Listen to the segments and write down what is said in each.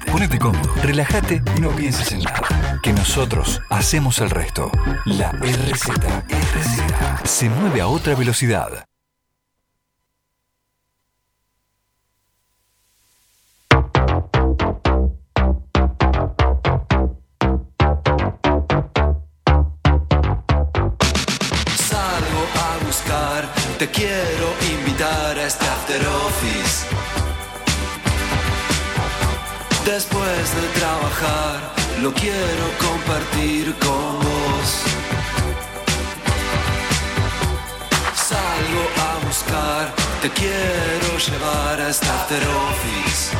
Ponete cómodo, relájate y no pienses en nada. Que nosotros hacemos el resto. La RZ se mueve a otra velocidad. Salgo a buscar, te quiero invitar a este after office. Después de trabajar, lo quiero compartir con vos. Salgo a buscar, te quiero llevar a este after office.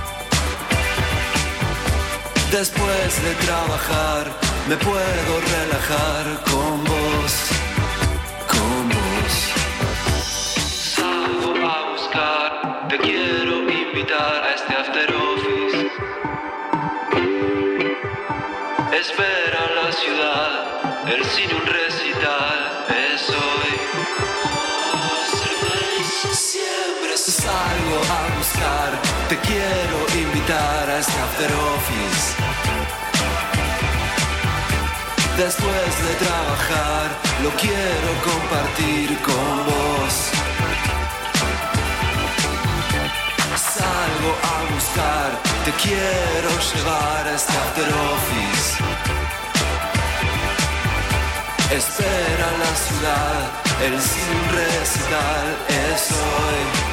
Después de trabajar, me puedo relajar con vos, con vos. Salgo a buscar, te quiero invitar a este after office. Espera la ciudad, el cine un recital, es hoy. Siempre salgo a buscar, te quiero invitar a este after office. Después de trabajar, lo quiero compartir con vos. Salgo a buscar, te quiero llevar a este after office. Espera la ciudad, el cine un recital, es hoy.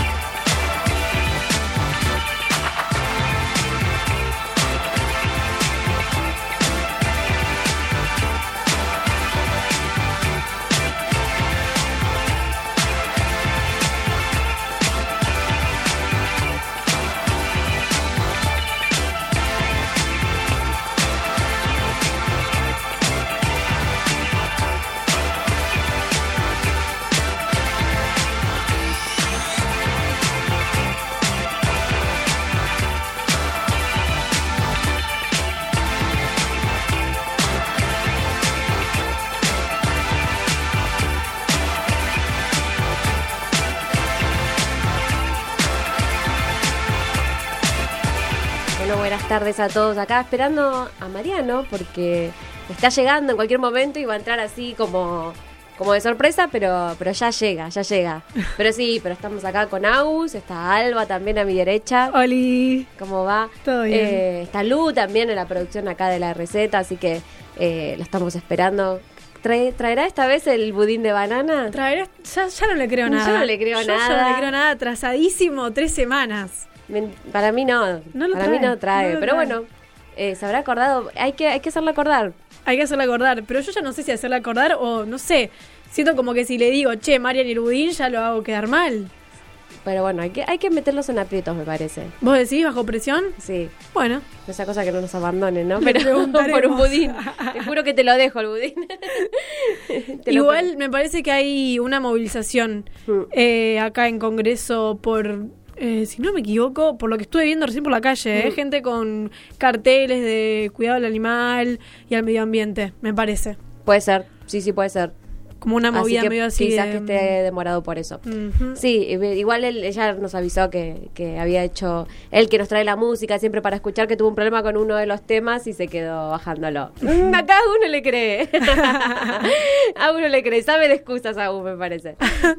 Buenas tardes a todos, acá esperando a Mariano porque está llegando en cualquier momento y va a entrar así como de sorpresa, pero ya llega. Pero sí, pero estamos acá con Agus, está Alba también a mi derecha. Oli. ¿Cómo va? Todo bien. Está Lu también en la producción acá de la receta, así que lo estamos esperando. ¿Traerá esta vez el budín de banana? ¿Traerá? Ya no le creo nada. Yo no le creo nada. Ya no le creo nada, atrasadísimo, 3 semanas. Para mí no. Para mí no trae. Pero trae. bueno, se habrá acordado. Hay que hacerlo acordar. Hay que hacerla acordar. Pero yo ya no sé si hacerla acordar o no sé. Siento como que si le digo, che, Marian y el budín, ya lo hago quedar mal. Pero bueno, hay que meterlos en aprietos, me parece. ¿Vos decís bajo presión? Sí. Bueno. Esa cosa que no nos abandonen, ¿no? Le Pero por un budín. Te juro que te lo dejo, el budín. Igual me parece que hay una movilización acá en Congreso por... si no me equivoco, por lo que estuve viendo recién por la calle, gente con carteles de cuidado al animal y al medio ambiente, me parece. Puede ser, sí, puede ser. Como una movida así que medio así. Quizás que esté demorado por eso. Uh-huh. Sí, igual ella nos avisó que había hecho, él que nos trae la música siempre para escuchar, que tuvo un problema con uno de los temas y se quedó bajándolo. Acá a uno le cree. A uno le cree, sabe de excusas aún, me parece.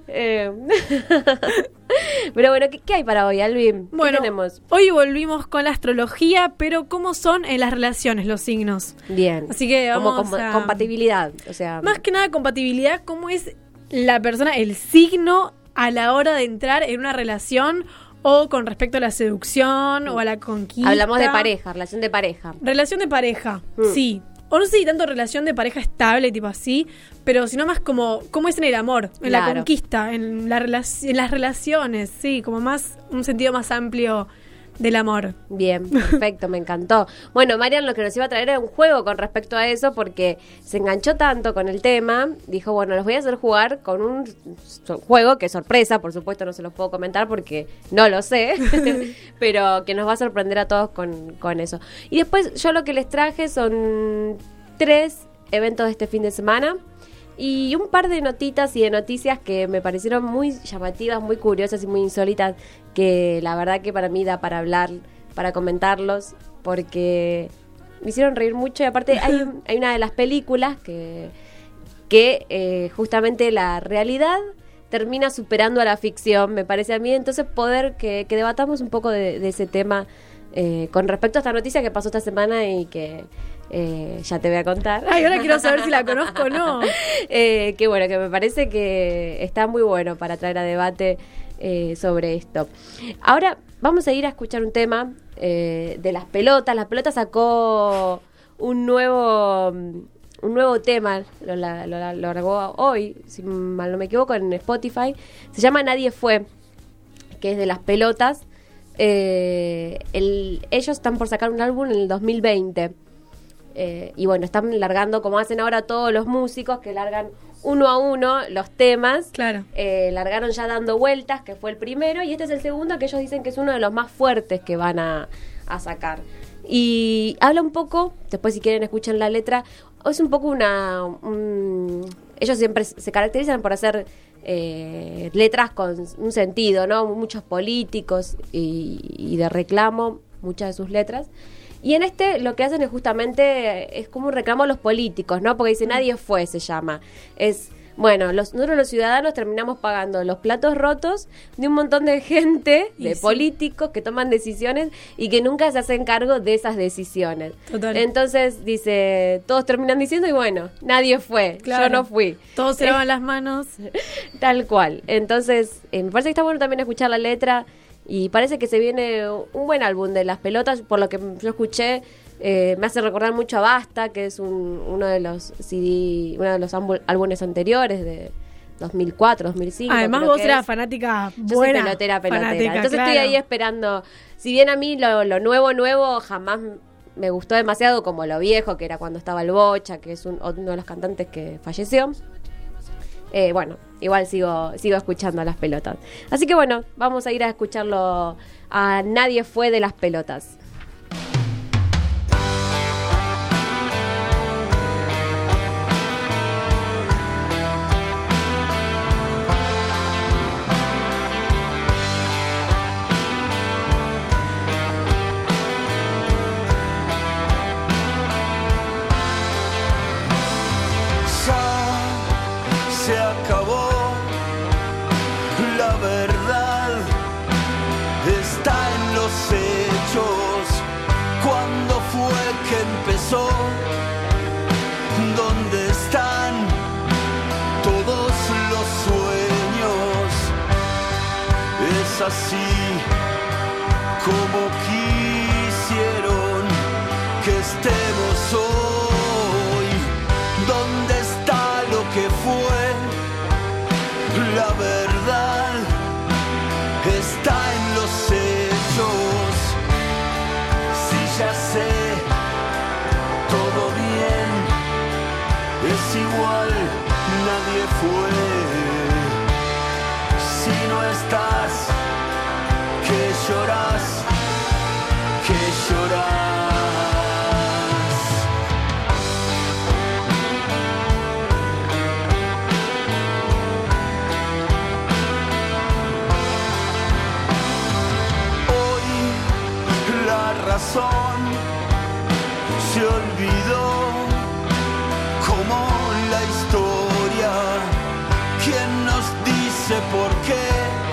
Pero bueno, ¿qué hay para hoy, Alvin? ¿Qué bueno, tenemos? Hoy volvimos con la astrología, pero ¿cómo son en las relaciones los signos? Bien. Así que vamos como a... compatibilidad, o sea... Más que nada compatibilidad, ¿cómo es la persona, el signo a la hora de entrar en una relación o con respecto a la seducción o a la conquista? Hablamos de pareja, relación de pareja. Relación de pareja, sí. O no sé si tanto relación de pareja estable, tipo así, pero sino más como cómo es en el amor, en la conquista, en las relaciones, sí, como más un sentido más amplio del amor. Bien, perfecto, me encantó. Bueno, Marian lo que nos iba a traer era un juego con respecto a eso, porque se enganchó tanto con el tema, dijo, bueno, los voy a hacer jugar con un juego que es sorpresa, por supuesto no se los puedo comentar porque no lo sé, pero que nos va a sorprender a todos con eso. Y después yo lo que les traje son 3 eventos de este fin de semana y un par de notitas y de noticias que me parecieron muy llamativas, muy curiosas y muy insólitas, que la verdad que para mí da para hablar para comentarlos, porque me hicieron reír mucho y aparte hay una de las películas que justamente la realidad termina superando a la ficción, me parece a mí. Entonces poder que debatamos un poco de ese tema con respecto a esta noticia que pasó esta semana y que ya te voy a contar. Ay, ahora quiero saber si la conozco o no. Que bueno, que me parece que está muy bueno para traer a debate sobre esto. Ahora vamos a ir a escuchar un tema de Las Pelotas. Las Pelotas sacó un nuevo tema, lo largó hoy, si mal no me equivoco, en Spotify. Se llama Nadie Fue, que es de Las Pelotas. Ellos están por sacar un álbum en el 2020. Y bueno, están largando, como hacen ahora todos los músicos, que largan uno a uno los temas. Claro. Largaron ya Dando Vueltas, que fue el primero, y este es el segundo, que ellos dicen que es uno de los más fuertes que van a sacar. Y habla un poco, después si quieren escuchen la letra, es un poco ellos siempre se caracterizan por hacer letras con un sentido, ¿no? Muchos políticos y de reclamo, muchas de sus letras. Y en este lo que hacen es justamente, es como un reclamo a los políticos, ¿no? Porque dice Nadie Fue, se llama. Es, bueno, nosotros los ciudadanos terminamos pagando los platos rotos de un montón de gente, de políticos que toman decisiones y que nunca se hacen cargo de esas decisiones. Total. Entonces dice, todos terminan diciendo y bueno, nadie fue, claro. Yo no fui. Todos se lavan las manos. Tal cual. Entonces, me parece que está bueno también escuchar la letra. Y parece que se viene un buen álbum de Las Pelotas, por lo que yo escuché, me hace recordar mucho a Basta, que es uno de los álbumes anteriores de 2004, 2005. Además vos eras fanática buena. Yo soy pelotera. Fanática, entonces claro. Estoy ahí esperando. Si bien a mí lo nuevo jamás me gustó demasiado, como lo viejo, que era cuando estaba el Bocha, que es uno de los cantantes que falleció. Bueno, igual sigo escuchando a Las Pelotas. Así que bueno, vamos a ir a escucharlo a Nadie Fue de Las Pelotas. Se acabó, la verdad está en los hechos. ¿Cuándo fue que empezó? ¿Dónde están todos los sueños? Es así como quisieron que estemos hoy. ¿Dónde está lo que fue? La verdad está en los hechos. Si ya sé todo bien, es igual, nadie fue. Si no estás, que lloras, que lloras. Se olvidó como la historia. ¿Quién nos dice por qué?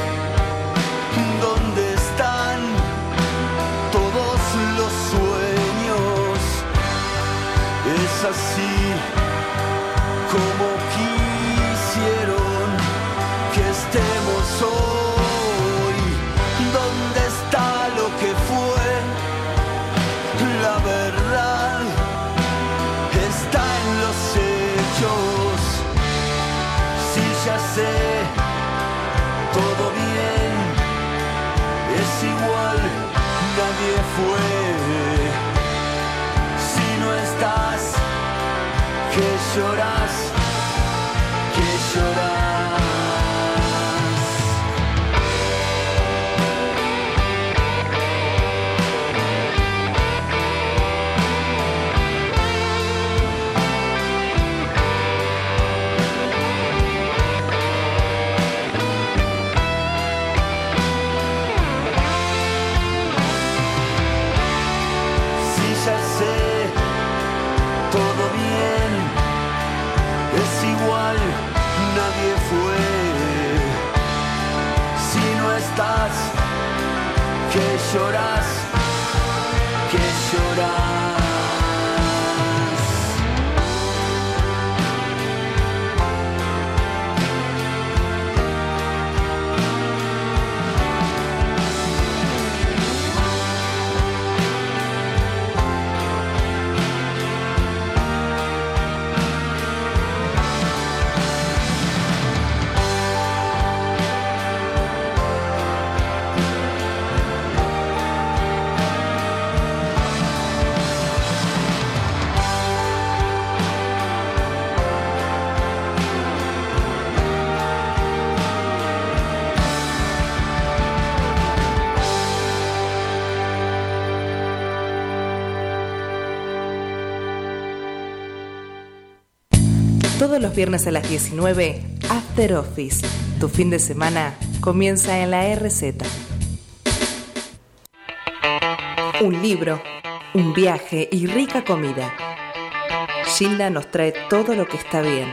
¿Dónde están todos los sueños? Es así como quisieron que estemos hoy. ¿Dónde está lo que fue? La verdad está en los hechos. Si ya sé todo bien, es igual, nadie fue. Si no estás, que lloras, que lloras. ya sé, todo bien, es igual, nadie fue. Si no estás, que lloras, que lloras. Todos los viernes a las 19, After Office. Tu fin de semana comienza en la RZ. Un libro, un viaje y rica comida. Gilda nos trae todo lo que está bien.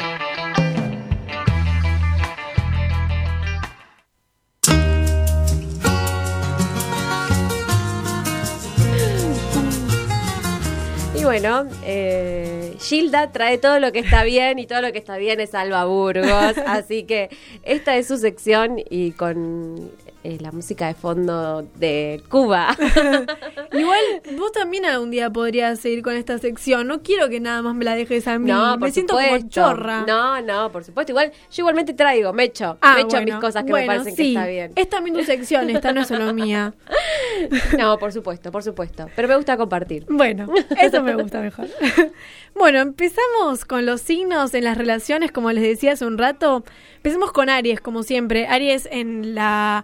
Y bueno, Gilda trae todo lo que está bien y todo lo que está bien es Alba Burgos. Así que esta es su sección y con la música de fondo de Cuba. Igual vos también algún día podrías seguir con esta sección. No quiero que nada más me la dejes a mí. No, me siento como chorra. No, por supuesto. Igual yo igualmente traigo, me echo mis cosas que me parecen que está bien. Es también tu sección, esta no es solo mía. No, por supuesto. Pero me gusta compartir. Bueno, eso me gusta mejor. Bueno, empezamos con los signos en las relaciones, como les decía hace un rato. Empecemos con Aries, como siempre. Aries en la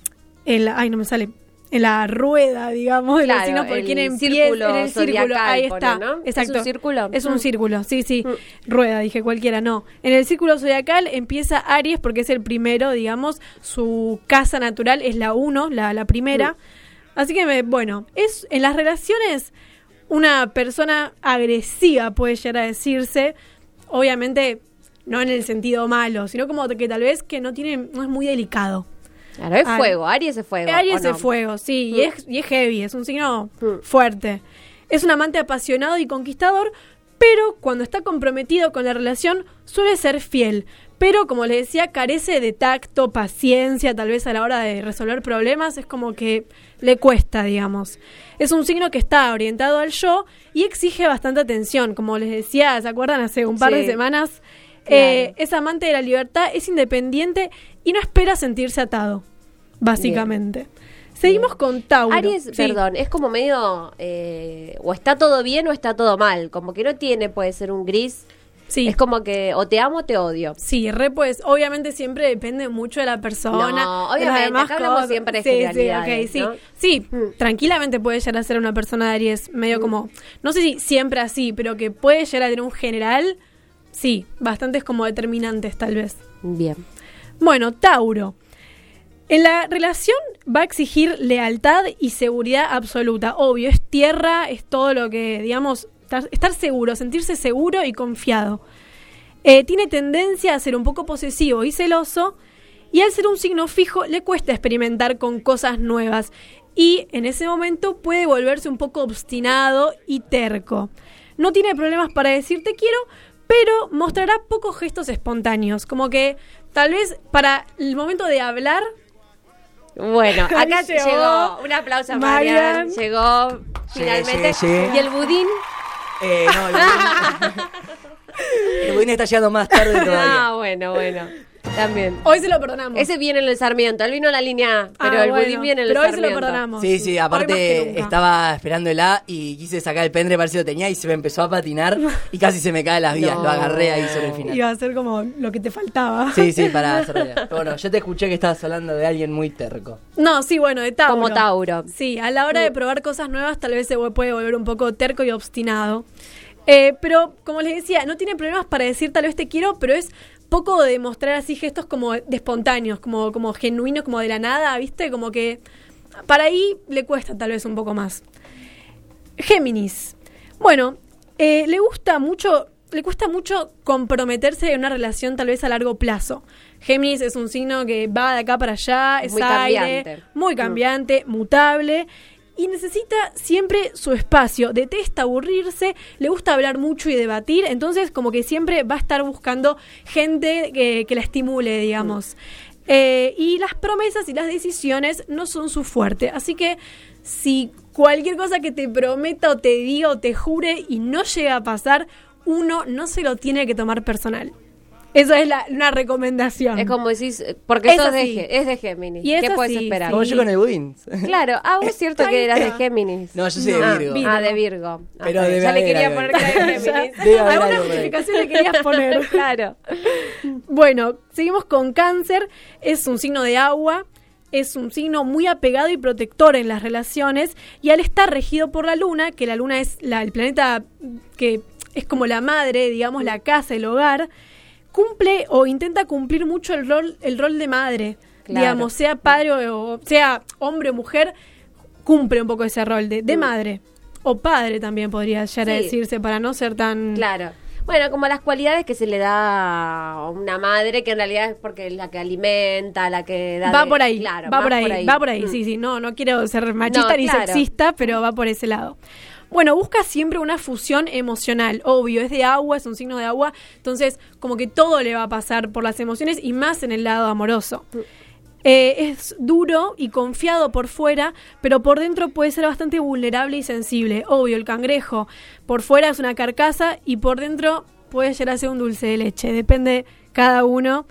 rueda, digamos, de los signos, porque tienen pies en el círculo. Ahí está, ¿no? Exacto. ¿Es un círculo? Es un círculo, sí. Rueda, dije cualquiera, no. En el círculo zodiacal empieza Aries porque es el primero, digamos, su casa natural es la 1, la primera. Así que, bueno, es en las relaciones una persona agresiva, puede llegar a decirse, obviamente no en el sentido malo, sino como que tal vez que no es muy delicado. Claro, es fuego, Aries es fuego. Aries es fuego, sí, y es heavy, es un signo fuerte. Es un amante apasionado y conquistador, pero cuando está comprometido con la relación suele ser fiel. Pero, como les decía, carece de tacto, paciencia, tal vez a la hora de resolver problemas, es como que le cuesta, digamos. Es un signo que está orientado al yo y exige bastante atención. Como les decía, ¿se acuerdan? Hace un par de semanas, claro. Es amante de la libertad, es independiente y no espera sentirse atado, básicamente. Bien. Seguimos con Tauro. Aries, perdón, es como medio, o está todo bien o está todo mal, como que no tiene, puede ser un gris. Sí. Es como que o te amo o te odio. Sí, pues obviamente siempre depende mucho de la persona. No, obviamente, acá hablamos siempre de generalidades, Sí, tranquilamente puede llegar a ser una persona de Aries medio como, no sé si siempre así, pero que puede llegar a tener un general, sí, bastantes como determinantes tal vez. Bien. Bueno, Tauro. En la relación va a exigir lealtad y seguridad absoluta. Obvio, es tierra, es todo lo que, digamos, estar seguro, sentirse seguro y confiado. Tiene tendencia a ser un poco posesivo y celoso, y al ser un signo fijo le cuesta experimentar con cosas nuevas, y en ese momento puede volverse un poco obstinado y terco. No tiene problemas para decir te quiero, pero mostrará pocos gestos espontáneos, como que tal vez para el momento de hablar. Bueno, acá llegó. Un aplauso a Marian. Llegó finalmente. Llegué. ¿Y el budín? No, el budín está llegando más tarde todavía. Bueno. También. Hoy se lo perdonamos. Ese viene en el Sarmiento. Él vino a la línea A, pero el budín viene en el Sarmiento. Pero hoy se lo perdonamos. Sí, aparte estaba esperando el A y quise sacar el pendre para ver si lo tenía y se me empezó a patinar y casi se me caen las vías. Lo agarré ahí sobre el final. Iba a ser como lo que te faltaba. Sí, para hacerlo. Bueno, yo te escuché que estabas hablando de alguien muy terco. No, sí, bueno, de Tauro. Como Tauro. Sí, a la hora de probar cosas nuevas tal vez se puede volver un poco terco y obstinado. Pero, como les decía, no tiene problemas para decir tal vez te quiero, pero es poco de mostrar así gestos como de espontáneos, como genuinos, como de la nada, ¿viste? Como que para ahí le cuesta tal vez un poco más. Géminis. Bueno, le cuesta mucho comprometerse en una relación tal vez a largo plazo. Géminis es un signo que va de acá para allá, es muy aire, cambiante. muy cambiante, mutable, y necesita siempre su espacio. Detesta aburrirse, le gusta hablar mucho y debatir, entonces como que siempre va a estar buscando gente que la estimule, digamos. Y las promesas y las decisiones no son su fuerte, así que si cualquier cosa que te prometa o te diga o te jure y no llega a pasar, uno no se lo tiene que tomar personal. Esa es una recomendación. Es como decís, porque Es sos así. es de Géminis. Y es ¿Qué puedes así, esperar? Como yo con el budín. Claro, vos es cierto que eras de Géminis. No, yo soy de Virgo. De Virgo. Pero está bien. debe Ya le haber quería algo. poner que era de Géminis. Debe haber ¿Alguna algo por ahí. justificación le querías poner? Claro. Bueno, seguimos con Cáncer. Es un signo de agua. Es un signo muy apegado y protector en las relaciones. Y al estar regido por la luna, que la luna es el planeta que es como la madre, digamos, la casa, el hogar, cumple o intenta cumplir mucho el rol de madre. Claro. Digamos, sea padre o sea hombre o mujer, cumple un poco ese rol de madre. O padre también podría llegar a Sí. decirse, para no ser tan... Claro. Bueno, como las cualidades que se le da a una madre, que en realidad es porque es la que alimenta, la que da... Va por ahí, claro, va más por ahí, sí, no quiero ser machista No, ni claro. sexista, pero va por ese lado. Bueno, busca siempre una fusión emocional, obvio, es de agua, es un signo de agua, entonces como que todo le va a pasar por las emociones y más en el lado amoroso. Es duro y confiado por fuera, pero por dentro puede ser bastante vulnerable y sensible. Obvio, el cangrejo por fuera es una carcasa y por dentro puede llegar a ser un dulce de leche, depende cada uno.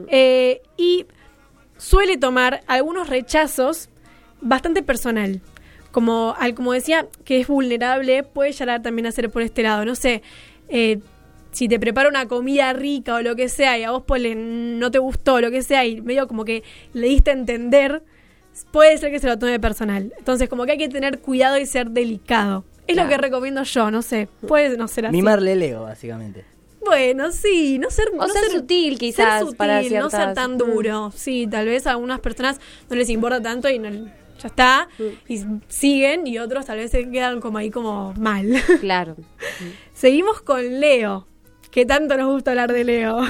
Y suele tomar algunos rechazos bastante personal. Como decía, que es vulnerable, puede llegar también a ser por este lado. No sé, si te prepara una comida rica o lo que sea y a vos no te gustó lo que sea y medio como que le diste a entender, puede ser que se lo tome personal. Entonces como que hay que tener cuidado y ser delicado. Es Claro. lo que recomiendo yo, no sé. Puede no ser así. Mimarle el ego, básicamente. Bueno, sí, no ser sutil, quizás, ser sutil, para no ciertas- ser tan duro. Sí, tal vez a algunas personas no les importa tanto y ya está, y siguen, y otros tal vez se quedan como ahí como mal. Claro. Seguimos con Leo, que tanto nos gusta hablar de Leo.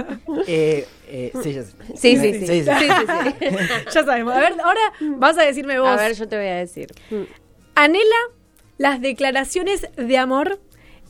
Sí, ya sé. Sí. Ya sabemos. A ver, ahora vas a decirme vos. A ver, yo te voy a decir. Anhela las declaraciones de amor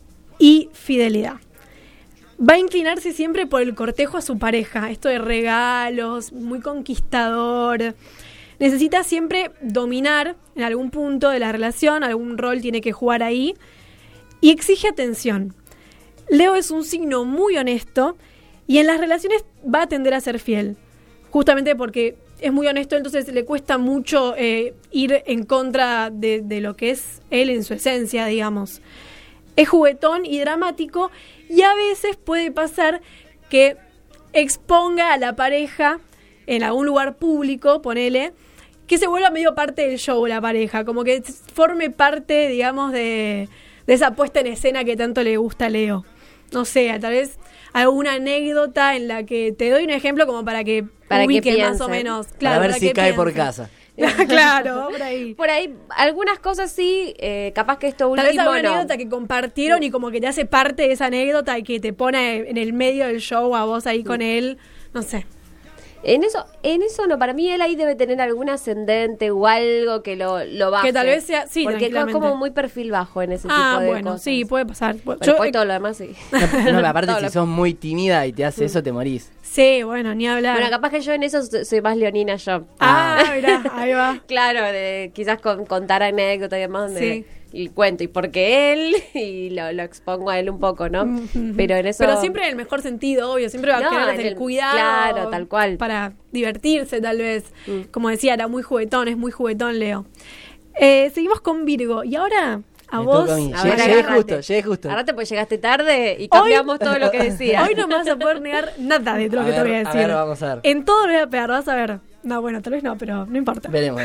y fidelidad. Va a inclinarse siempre por el cortejo a su pareja. Esto de regalos, muy conquistador. Necesita siempre dominar en algún punto de la relación, algún rol tiene que jugar ahí. Y exige atención. Leo es un signo muy honesto y en las relaciones va a tender a ser fiel. Justamente porque es muy honesto, entonces le cuesta mucho ir en contra de lo que es él en su esencia, digamos. Es juguetón y dramático y a veces puede pasar que exponga a la pareja en algún lugar público, ponele, que se vuelva medio parte del show la pareja, como que forme parte, digamos, de esa puesta en escena que tanto le gusta a Leo. No sé, tal vez alguna anécdota en la que te doy un ejemplo como para que ubiques más piense. o menos. Para ver si que cae por piense. casa. Claro, por ahí. Por ahí, algunas cosas sí, capaz que esto Tal vez último alguna no. anécdota que compartieron y como que te hace parte de esa anécdota y que te pone en el medio del show a vos ahí con él. No sé. En eso no, para mí él ahí debe tener algún ascendente o algo que lo baje. Que tal vez sea- sí, porque es tranquilamente. como muy perfil bajo en ese tipo de Bueno, cosas. sí, puede pasar. Bueno, Yo, después todo lo demás sí. No, aparte Todo si lo- sos muy tímida y te hace eso, te morís. sí, bueno, ni hablar. Bueno, capaz que yo en eso soy más leonina yo. Mirá, ahí va. Claro, quizás contar anécdotas y demás Sí. y cuento, y porque él, y lo expongo a él un poco, ¿no? Pero en eso... Pero siempre en el mejor sentido, obvio. Siempre va a No, querer en desde el el- cuidado. claro, tal cual. Para divertirse, tal vez. Como decía, era muy juguetón, es muy juguetón, Leo. Seguimos con Virgo. Y ahora, a Me vos. toca a mí. A ver, Llegué agárrate. llegué justo. Agarrate porque llegaste tarde y cambiamos todo lo que decía. Hoy no me vas a poder negar nada de lo A que te ver, voy a a decir. ver, vamos a ver. En todo lo voy a pegar, vas a ver. No, bueno, tal vez no, pero no importa. Veremos.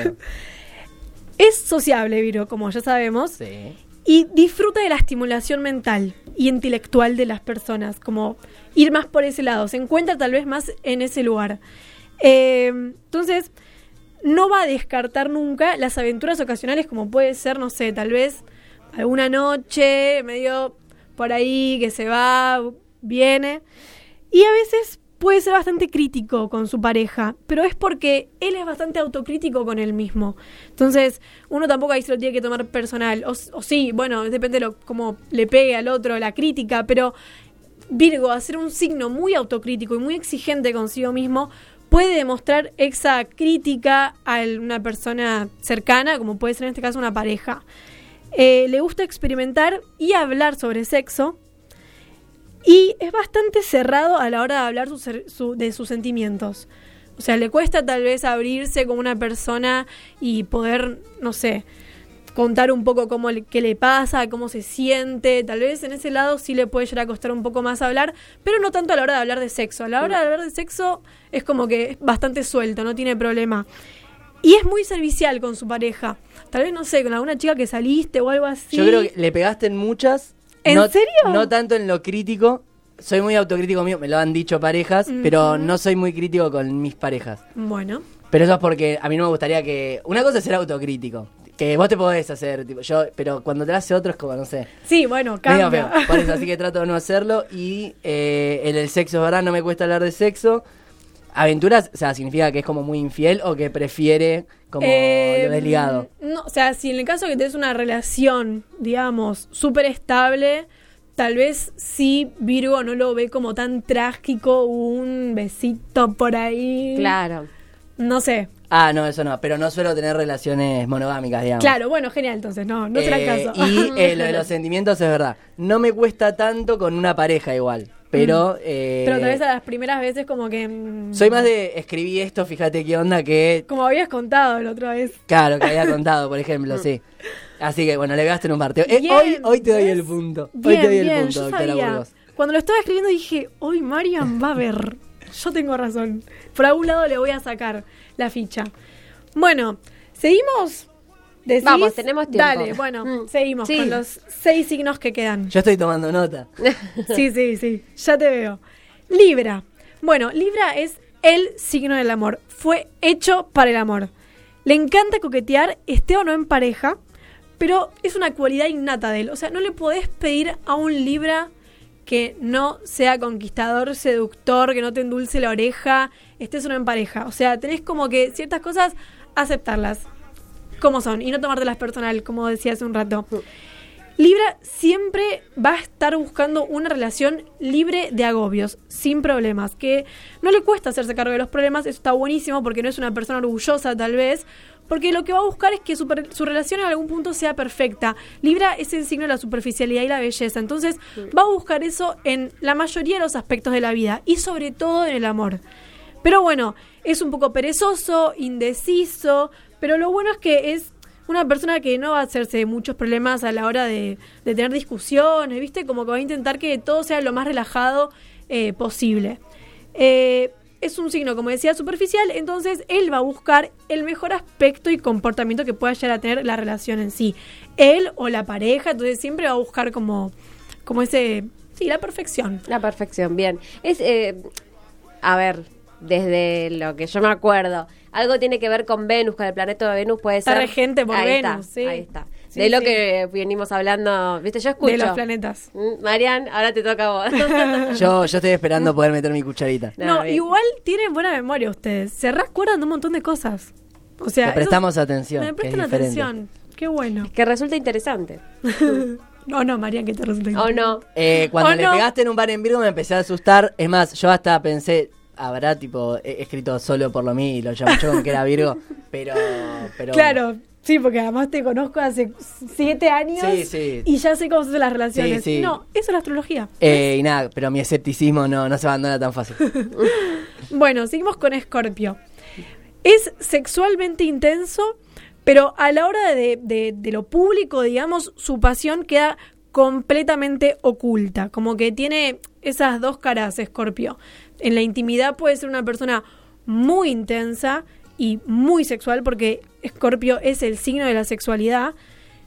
Es sociable, Virgo, como ya sabemos. Sí. Y disfruta de la estimulación mental y intelectual de las personas, como ir más por ese lado, se encuentra tal vez más en ese lugar. Entonces, no va a descartar nunca las aventuras ocasionales como puede ser, no sé, tal vez alguna noche, medio por ahí, que se va, viene. Y a veces puede ser bastante crítico con su pareja, pero es porque él es bastante autocrítico con él mismo. Entonces, uno tampoco ahí se lo tiene que tomar personal. O sí, bueno, depende de cómo le pegue al otro la crítica, pero Virgo, hacer un signo muy autocrítico y muy exigente consigo mismo, puede demostrar esa crítica a una persona cercana, como puede ser en este caso una pareja. Le gusta experimentar y hablar sobre sexo. Y es bastante cerrado a la hora de hablar de sus sentimientos. O sea, le cuesta tal vez abrirse con una persona y poder, no sé, contar un poco qué le pasa, cómo se siente. Tal vez en ese lado sí le puede llegar a costar un poco más hablar, pero no tanto a la hora de hablar de sexo. A la hora de hablar de sexo es como que es bastante suelto, no tiene problema. Y es muy servicial con su pareja. Tal vez, no sé, con alguna chica que saliste o algo así. Yo creo que le pegaste en muchas... ¿En serio? No tanto en lo crítico. Soy muy autocrítico mío, me lo han dicho parejas, pero no soy muy crítico con mis parejas. Bueno. Pero eso es porque a mí no me gustaría que... Una cosa es ser autocrítico, que vos te podés hacer, tipo, pero cuando te lo hace otro es como, no sé. Sí, bueno, cambia. Por eso, así que trato de no hacerlo. Y el sexo, es verdad, no me cuesta hablar de sexo. Aventuras, o sea, significa que es como muy infiel o que prefiere como lo desligado. No, o sea, si en el caso que tenés una relación, digamos, súper estable, tal vez sí Virgo no lo ve como tan trágico, un besito por ahí. Claro. No sé. Ah, no, eso no, pero no suelo tener relaciones monogámicas, digamos. Claro, bueno, genial, entonces, no será el caso. Y lo de los sentimientos es verdad. No me cuesta tanto con una pareja igual. Pero tal vez a las primeras veces como que... soy más de escribí esto, fíjate qué onda que... Como habías contado la otra vez. Claro, que había contado, por ejemplo, sí. Así que bueno, le pegaste en un partido. Hoy te doy el punto. Hoy te doy el punto, doctora Burgos. Cuando lo estaba escribiendo dije, hoy Marian va a ver. Yo tengo razón. Por algún lado le voy a sacar la ficha. Bueno, ¿seguimos? ¿Decís? Vamos, tenemos tiempo. Dale, bueno, seguimos con los 6 signos que quedan. Yo estoy tomando nota. Sí, ya te veo. Libra. Bueno, Libra es el signo del amor. Fue hecho para el amor. Le encanta coquetear, esté o no en pareja, pero es una cualidad innata de él. O sea, no le podés pedir a un Libra que no sea conquistador, seductor, que no te endulce la oreja, estés o no en pareja. O sea, tenés como que ciertas cosas aceptarlas como son y no tomártelas personal, como decía hace un rato. Libra siempre va a estar buscando una relación libre de agobios, sin problemas, que no le cuesta hacerse cargo de los problemas. Eso está buenísimo porque no es una persona orgullosa tal vez, porque lo que va a buscar es que su relación en algún punto sea perfecta. Libra es el signo de la superficialidad y la belleza, entonces va a buscar eso en la mayoría de los aspectos de la vida y sobre todo en el amor. Pero bueno, es un poco perezoso, indeciso, pero lo bueno es que es una persona que no va a hacerse muchos problemas a la hora de tener discusiones, ¿viste? Como que va a intentar que todo sea lo más relajado posible. Es un signo, como decía, superficial, entonces él va a buscar el mejor aspecto y comportamiento que pueda llegar a tener la relación en sí. Él o la pareja, entonces siempre va a buscar como ese... Sí, la perfección. La perfección, bien. Es, a ver, desde lo que yo me acuerdo, algo tiene que ver con Venus, con el planeta de Venus, puede ser... Está regente por ahí Venus, está, sí. Ahí está. Sí, de lo sí. que venimos hablando, ¿viste? Yo escucho. De los planetas. Marian, ahora te toca a vos. Yo estoy esperando poder meter mi cucharita. No, bien. igual tienen buena memoria ustedes. Se recuerdan de un montón de cosas. O sea, Le prestamos atención. me que es prestan diferente. atención. Qué bueno. Que resulta interesante. No, Marian, que te resulta ¿O no? Cuando ¿O le no? pegaste en un bar en Virgo me empecé a asustar. Es más, yo hasta pensé, habrá tipo escrito solo por lo mío y lo llamó yo como que era Virgo. Pero Claro, sí, porque además te conozco hace 7 años Sí. y ya sé cómo son las relaciones. Sí. No, eso es la astrología. Y nada, pero mi escepticismo no se abandona tan fácil. Bueno, seguimos con Escorpio. Es sexualmente intenso, pero a la hora de lo público, digamos, su pasión queda completamente oculta. Como que tiene esas dos caras, Escorpio. En la intimidad puede ser una persona muy intensa y muy sexual, porque Escorpio es el signo de la sexualidad,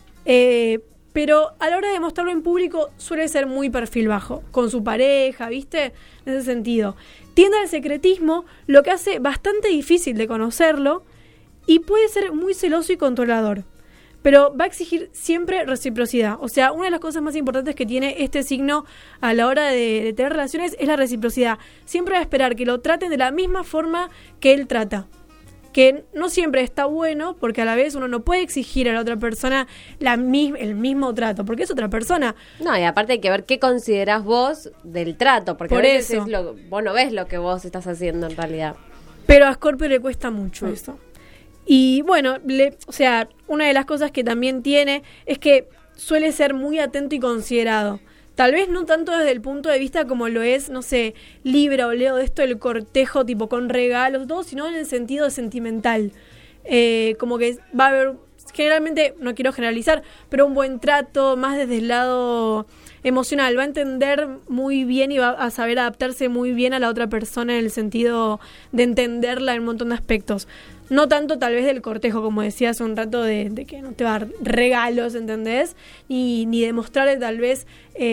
pero a la hora de mostrarlo en público suele ser muy perfil bajo, con su pareja, ¿viste? En ese sentido. Tiende al secretismo, lo que hace bastante difícil de conocerlo, y puede ser muy celoso y controlador. pero va a exigir siempre reciprocidad. O sea, una de las cosas más importantes que tiene este signo a la hora de tener relaciones es la reciprocidad. Siempre va a esperar que lo traten de la misma forma que él trata. Que no siempre está bueno, porque a la vez uno no puede exigir a la otra persona el mismo trato, porque es otra persona. No, y aparte hay que ver qué considerás vos del trato, porque Por a veces eso. vos no ves lo que vos estás haciendo en realidad. Pero a Scorpio le cuesta mucho eso. Y bueno, o sea, una de las cosas que también tiene es que suele ser muy atento y considerado. Tal vez no tanto desde el punto de vista como lo es, no sé, Libra o Leo, de esto del cortejo tipo con regalos, todo, sino en el sentido sentimental. Como que va a haber, generalmente, no quiero generalizar, pero un buen trato más desde el lado emocional. Va a entender muy bien y va a saber adaptarse muy bien a la otra persona en el sentido de entenderla en un montón de aspectos. No tanto tal vez del cortejo, como decía hace un rato, de que no te va a dar regalos, ¿entendés? Ni demostrarle tal vez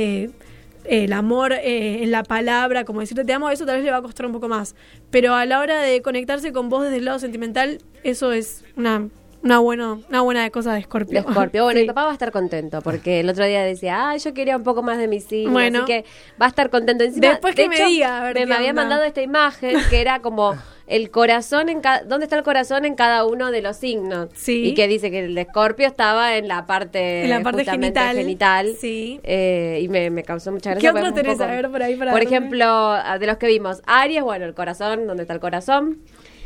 el amor en la palabra, como decirte te amo, eso tal vez le va a costar un poco más. Pero a la hora de conectarse con vos desde el lado sentimental, eso es una buena cosa de Scorpio. De Scorpio. Bueno, Sí. mi papá va a estar contento, porque el otro día decía, yo quería un poco más de mi signo, Bueno. así que va a estar contento. Encima, Después de que me hecho, diga, a ver me qué había onda. mandado esta imagen, que era como el corazón ¿dónde está el corazón en cada uno de los signos? Sí. Y que dice que el de Scorpio estaba en la parte justamente genital. Sí. Y me causó mucha gracia. ¿Qué porque otro es un tenés? A ver, por ahí para Por darme. ejemplo, de los que vimos, Aries, bueno, el corazón, ¿dónde está el corazón?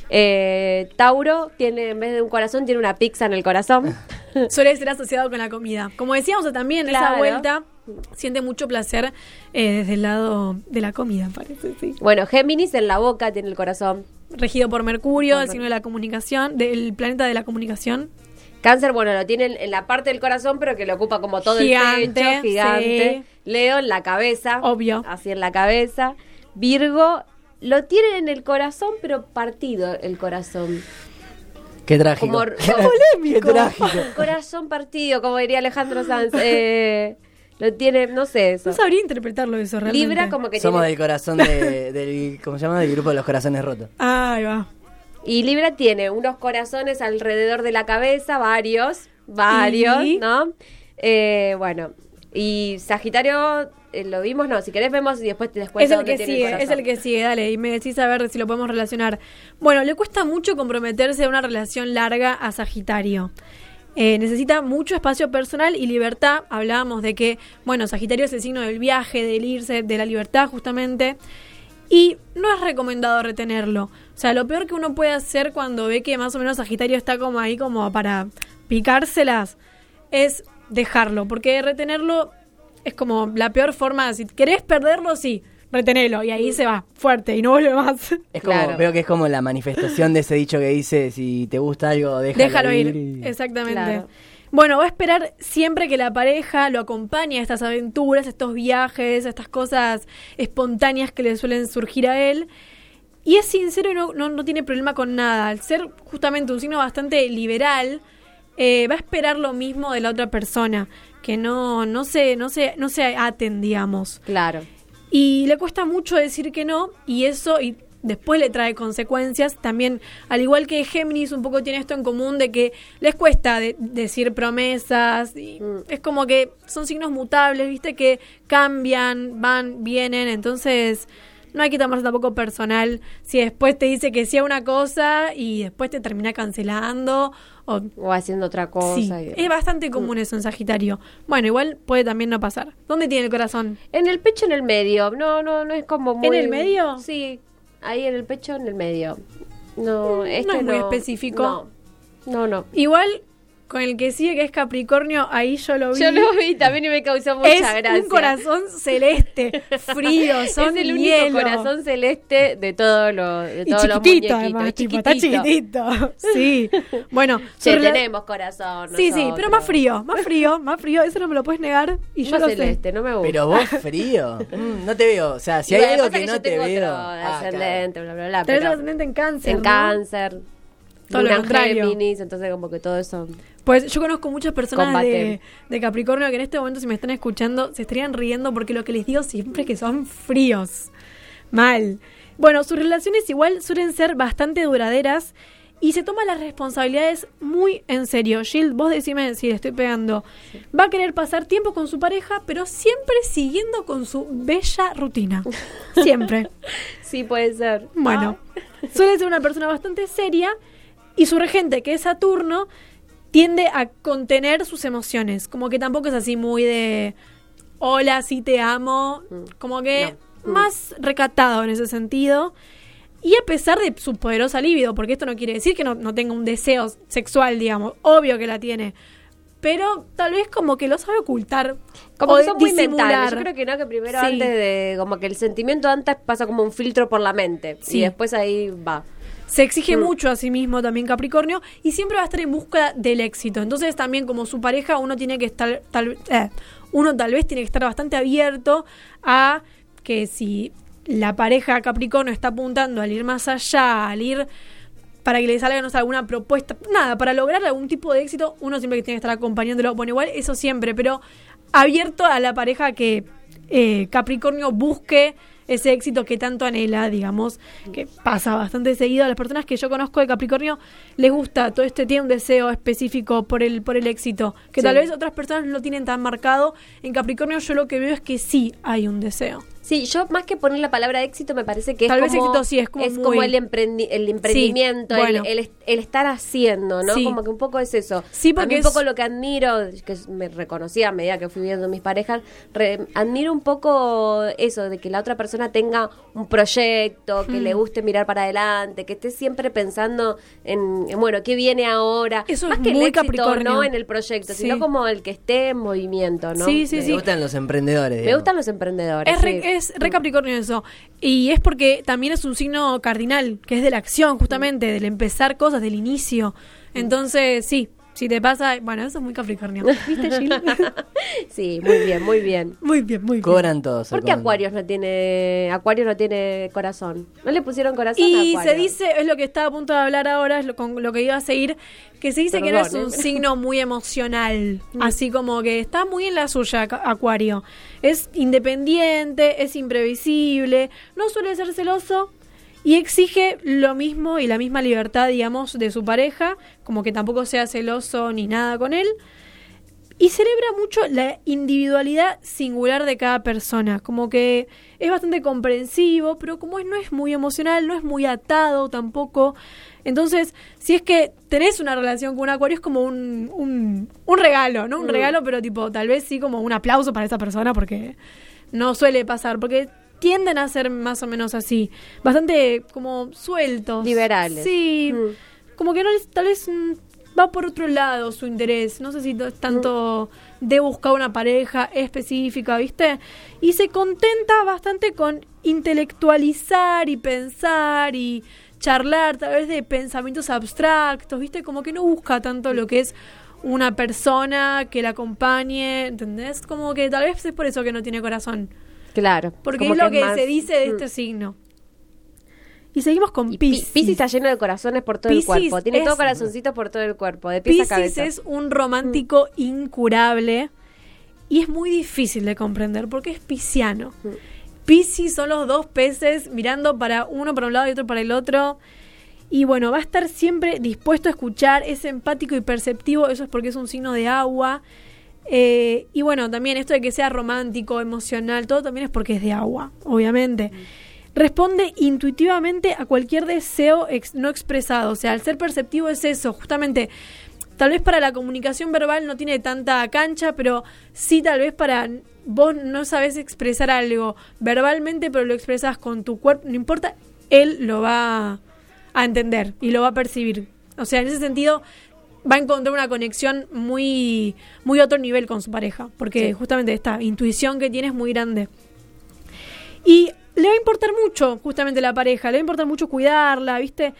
Tauro tiene, en vez de un corazón, tiene una pizza en el corazón. Suele ser asociado con la comida. Como decíamos también, esa Claro. vuelta siente mucho placer desde el lado de la comida, parece, sí. Bueno, Géminis en la boca tiene el corazón. Regido por Mercurio, Por el signo de la comunicación, del planeta de la comunicación. Cáncer, bueno, lo tiene en la parte del corazón, pero que lo ocupa como todo Gigante, el pecho, gigante. sí. Leo en la cabeza. Obvio. Así en la cabeza. Virgo lo tiene en el corazón, pero partido el corazón. Qué trágico. Como Qué polémico. trágico. Corazón partido, como diría Alejandro Sanz. Lo tiene, no sé eso. No sabría interpretarlo eso realmente. Libra como que Somos tiene... del corazón del ¿cómo se llama? Del grupo de los corazones rotos. Ahí va. Y Libra tiene unos corazones alrededor de la cabeza, varios, ¿Y? ¿no? Bueno, y Sagitario, lo vimos, no, si querés vemos y después te des cuenta Es el dónde que tiene sigue, corazón. es el que sigue, dale, y me decís a ver si lo podemos relacionar. Bueno, le cuesta mucho comprometerse a una relación larga a Sagitario. Necesita mucho espacio personal y libertad. Hablábamos de que, bueno, Sagitario es el signo del viaje, del irse, de la libertad justamente. Y no es recomendado retenerlo. O sea, lo peor que uno puede hacer cuando ve que más o menos Sagitario está como ahí como para picárselas es dejarlo. Porque retenerlo es como la peor forma. Si querés perderlo, sí, retenelo. Y ahí se va, fuerte, y no vuelve más. Es como, Claro. veo que es como la manifestación de ese dicho que dice, si te gusta algo, Déjalo ir. y- Exactamente. Claro. Bueno, va a esperar siempre que la pareja lo acompañe a estas aventuras, a estos viajes, a estas cosas espontáneas que le suelen surgir a él. Y es sincero y no tiene problema con nada. Al ser justamente un signo bastante liberal, va a esperar lo mismo de la otra persona. Que no se aten, digamos. Claro. Y le cuesta mucho decir que no, y eso y después le trae consecuencias. También, al igual que Géminis, un poco tiene esto en común de que les cuesta decir promesas. Y es como que son signos mutables, ¿viste? Que cambian, van, vienen. Entonces, no hay que tomarse tampoco personal si después te dice que sí a una cosa y después te termina cancelando. O haciendo otra cosa. Sí, y demás. es bastante común eso en Sagitario. Bueno, igual puede también no pasar. ¿Dónde tiene el corazón? En el pecho, en el medio. No es como muy... ¿En el medio? Sí, ahí en el pecho, en el medio. No, este no es muy específico. No. Igual, con el que sigue, que es Capricornio, ahí yo lo vi. Yo lo vi también y me causó mucha es gracia. un corazón celeste, frío, son es el único hielo. corazón celeste de todos Y los chiquitito, muñequitos. además, y tipo, está chiquitito. Sí. Bueno, Che, su rela- tenemos corazón. Sí, nosotros. pero más frío. Eso no me lo puedes negar. Y yo Más lo celeste, no me gusta. Pero vos frío. No te veo. O sea, si hay Bueno, algo pasa que yo no te tengo veo. otro ascendente, bla, bla, bla. sé. Tenés pero ascendente en Cáncer. en ¿no? Cáncer. Todo lo Luna en contrario. Géminis, entonces como que todo eso... Pues yo conozco muchas personas Combate. de Capricornio que en este momento, si me están escuchando, se estarían riendo porque lo que les digo siempre es que son fríos. Mal. Bueno, sus relaciones igual suelen ser bastante duraderas y se toma las responsabilidades muy en serio. Jill, vos decime si le estoy pegando. Sí. Va a querer pasar tiempo con su pareja, pero siempre siguiendo con su bella rutina. Siempre. Sí, puede ser. Bueno, suele ser una persona bastante seria y su regente, que es Saturno, tiende a contener sus emociones. Como que tampoco es así muy de hola, sí te amo. Como que más recatado en ese sentido. Y a pesar de su poderosa libido, porque esto no quiere decir que no tenga un deseo sexual, digamos, obvio que la tiene, pero tal vez como que lo sabe ocultar, como que son muy mentales. Yo creo que no, que primero antes de, como que el sentimiento antes pasa como un filtro por la mente, y después ahí va. Se exige mucho a sí mismo también Capricornio, y siempre va a estar en busca del éxito. Entonces también como su pareja uno tiene que estar, uno tal vez tiene que estar bastante abierto a que si la pareja Capricornio está apuntando al ir más allá, al ir para que le salga, no sé, alguna propuesta, nada, para lograr algún tipo de éxito, uno siempre tiene que estar acompañándolo. Bueno, igual eso siempre, pero abierto a la pareja que Capricornio busque ese éxito que tanto anhela, digamos, que pasa bastante seguido. A las personas que yo conozco de Capricornio les gusta, todo tiene un deseo específico por el éxito, que tal vez otras personas no lo tienen tan marcado. En Capricornio yo lo que veo es que sí hay un deseo. Sí, yo más que poner la palabra éxito me parece que tal es vez como... éxito sí, es como el emprendimiento, sí, bueno. el estar haciendo, ¿no? Sí. Como que un poco es eso. Sí, porque a mí un poco lo que admiro, que me reconocí a medida que fui viendo mis parejas, admiro un poco eso, de que la otra persona tenga un proyecto, que le guste mirar para adelante, que esté siempre pensando en bueno, ¿qué viene ahora? Eso más es que muy el éxito, Capricornio. no en el proyecto, Sí. sino como el que esté en movimiento, ¿no? Sí, sí, Me gustan los emprendedores. Me gustan los emprendedores. Es re Capricornio eso. Y es porque también es un signo cardinal, que es de la acción, justamente, del empezar cosas, del inicio. Entonces, sí, si te pasa... Bueno, eso es muy Capricornio. ¿Viste, Jill? Sí, muy bien, muy bien. Muy bien, muy bien. Cobran todos. ¿Por qué Acuario no tiene corazón? ¿No le pusieron corazón a Y Acuario? se dice, es lo que estaba a punto de hablar ahora, es con lo que iba a seguir, que se dice que no es un signo muy emocional, así como que está muy en la suya Acuario. Es independiente, es imprevisible, no suele ser celoso y exige lo mismo y la misma libertad, digamos, de su pareja, como que tampoco sea celoso ni nada con él. Y celebra mucho la individualidad singular de cada persona, como que es bastante comprensivo, pero como no es muy emocional, no es muy atado tampoco. Entonces, si es que tenés una relación con un Acuario, es como un regalo, ¿no? Un regalo, pero tipo, tal vez sí como un aplauso para esa persona, porque no suele pasar, porque tienden a ser más o menos así, bastante como sueltos. Liberales. Sí, como que no les, tal vez... va por otro lado su interés, no sé si es tanto de buscar una pareja específica, ¿viste? Y se contenta bastante con intelectualizar y pensar y charlar tal vez de pensamientos abstractos, ¿viste? Como que no busca tanto lo que es una persona que la acompañe, ¿entendés? Como que tal vez es por eso que no tiene corazón. Claro. Porque como es lo que más... se dice de este signo. Y seguimos con Piscis. Piscis está lleno de corazones por todo el cuerpo. Tiene todo corazoncitos por todo el cuerpo, de pies a cabeza. Piscis es un romántico incurable y es muy difícil de comprender porque es pisciano. Piscis son los dos peces mirando para uno para un lado y otro para el otro. Y bueno, va a estar siempre dispuesto a escuchar, es empático y perceptivo, eso es porque es un signo de agua. Y bueno, también esto de que sea romántico, emocional, todo también es porque es de agua, obviamente. Responde intuitivamente a cualquier deseo no expresado. O sea, al ser perceptivo es eso, justamente. Tal vez para la comunicación verbal no tiene tanta cancha, pero sí tal vez para... Vos no sabés expresar algo verbalmente, pero lo expresás con tu cuerpo, no importa, él lo va a entender y lo va a percibir. O sea, en ese sentido va a encontrar una conexión muy, muy a otro nivel con su pareja, porque justamente esta intuición que tiene es muy grande. Y le va a importar mucho, justamente la pareja, le va a importar mucho cuidarla, ¿viste?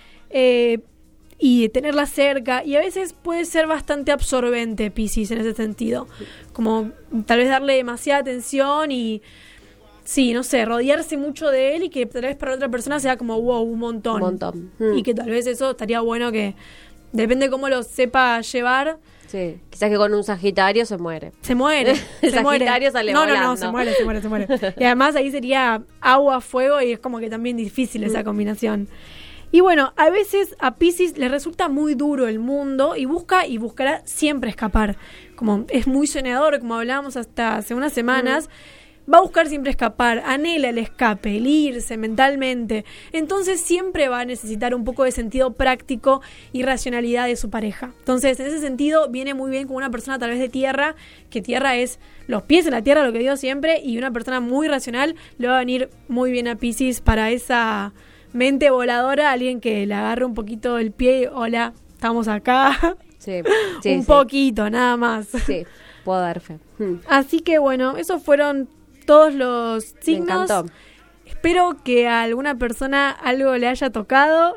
Y tenerla cerca. Y a veces puede ser bastante absorbente Piscis en ese sentido. Como tal vez darle demasiada atención y, sí, no sé, rodearse mucho de él y que tal vez para otra persona sea como, wow, un montón. Un montón. Y que tal vez eso estaría bueno que, depende cómo lo sepa llevar. Sí, quizás que con un Sagitario se muere. Se muere. El se muere. Sagitario sale No, volando. se muere. Y además ahí sería agua, fuego y es como que también difícil esa combinación. Y bueno, a veces a Piscis le resulta muy duro el mundo y buscará siempre escapar. Como es muy soñador, como hablábamos hasta hace unas semanas, va a buscar siempre escapar, anhela el escape, el irse mentalmente. Entonces siempre va a necesitar un poco de sentido práctico y racionalidad de su pareja. Entonces, en ese sentido, viene muy bien con una persona tal vez de tierra, que tierra es los pies en la tierra, lo que digo siempre, y una persona muy racional le va a venir muy bien a Piscis para esa mente voladora, alguien que le agarre un poquito el pie, hola, estamos acá. Sí, un poquito, nada más. Sí, puedo dar fe. Así que bueno, esos fueron todos los signos. Me encantó. Espero que a alguna persona algo le haya tocado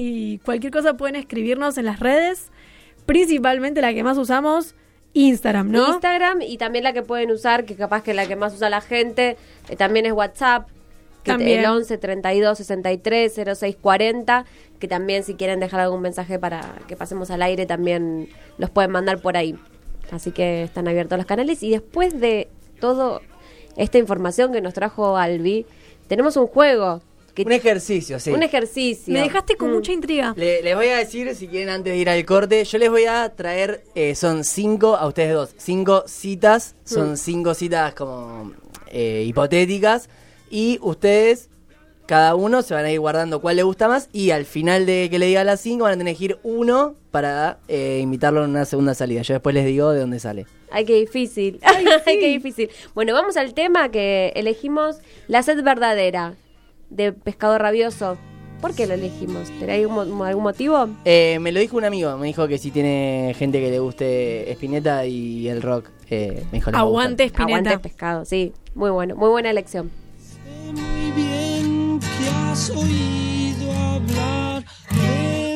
y cualquier cosa pueden escribirnos en las redes, principalmente la que más usamos, Instagram, ¿no? Instagram, y también la que pueden usar, que capaz que la que más usa la gente, también es WhatsApp, que también. El 11 32 63 06 40, que también si quieren dejar algún mensaje para que pasemos al aire también los pueden mandar por ahí. Así que están abiertos los canales. Y después de todo esta información que nos trajo Albi, tenemos un juego. Un ejercicio, sí. Un ejercicio. Me dejaste con mucha intriga. Les voy a decir, si quieren, antes de ir al corte, yo les voy a traer, son 5, a ustedes 2, 5 citas, son 5 citas como hipotéticas, y ustedes, cada uno, se van a ir guardando cuál les gusta más, y al final de que le diga las 5 van a tener que elegir uno para invitarlo en una segunda salida. Yo después les digo de dónde sale. Ay, qué difícil. Ay, qué difícil. Bueno, vamos al tema que elegimos, la sed verdadera, de Pescado Rabioso. ¿Por qué lo elegimos? ¿Tenés algún motivo? Me lo dijo un amigo, me dijo que si tiene gente que le guste Spinetta y el rock, me dijo Aguante Spinetta. Aguante Pescado, sí. Muy bueno, muy buena elección. Sé muy bien que has oído hablar de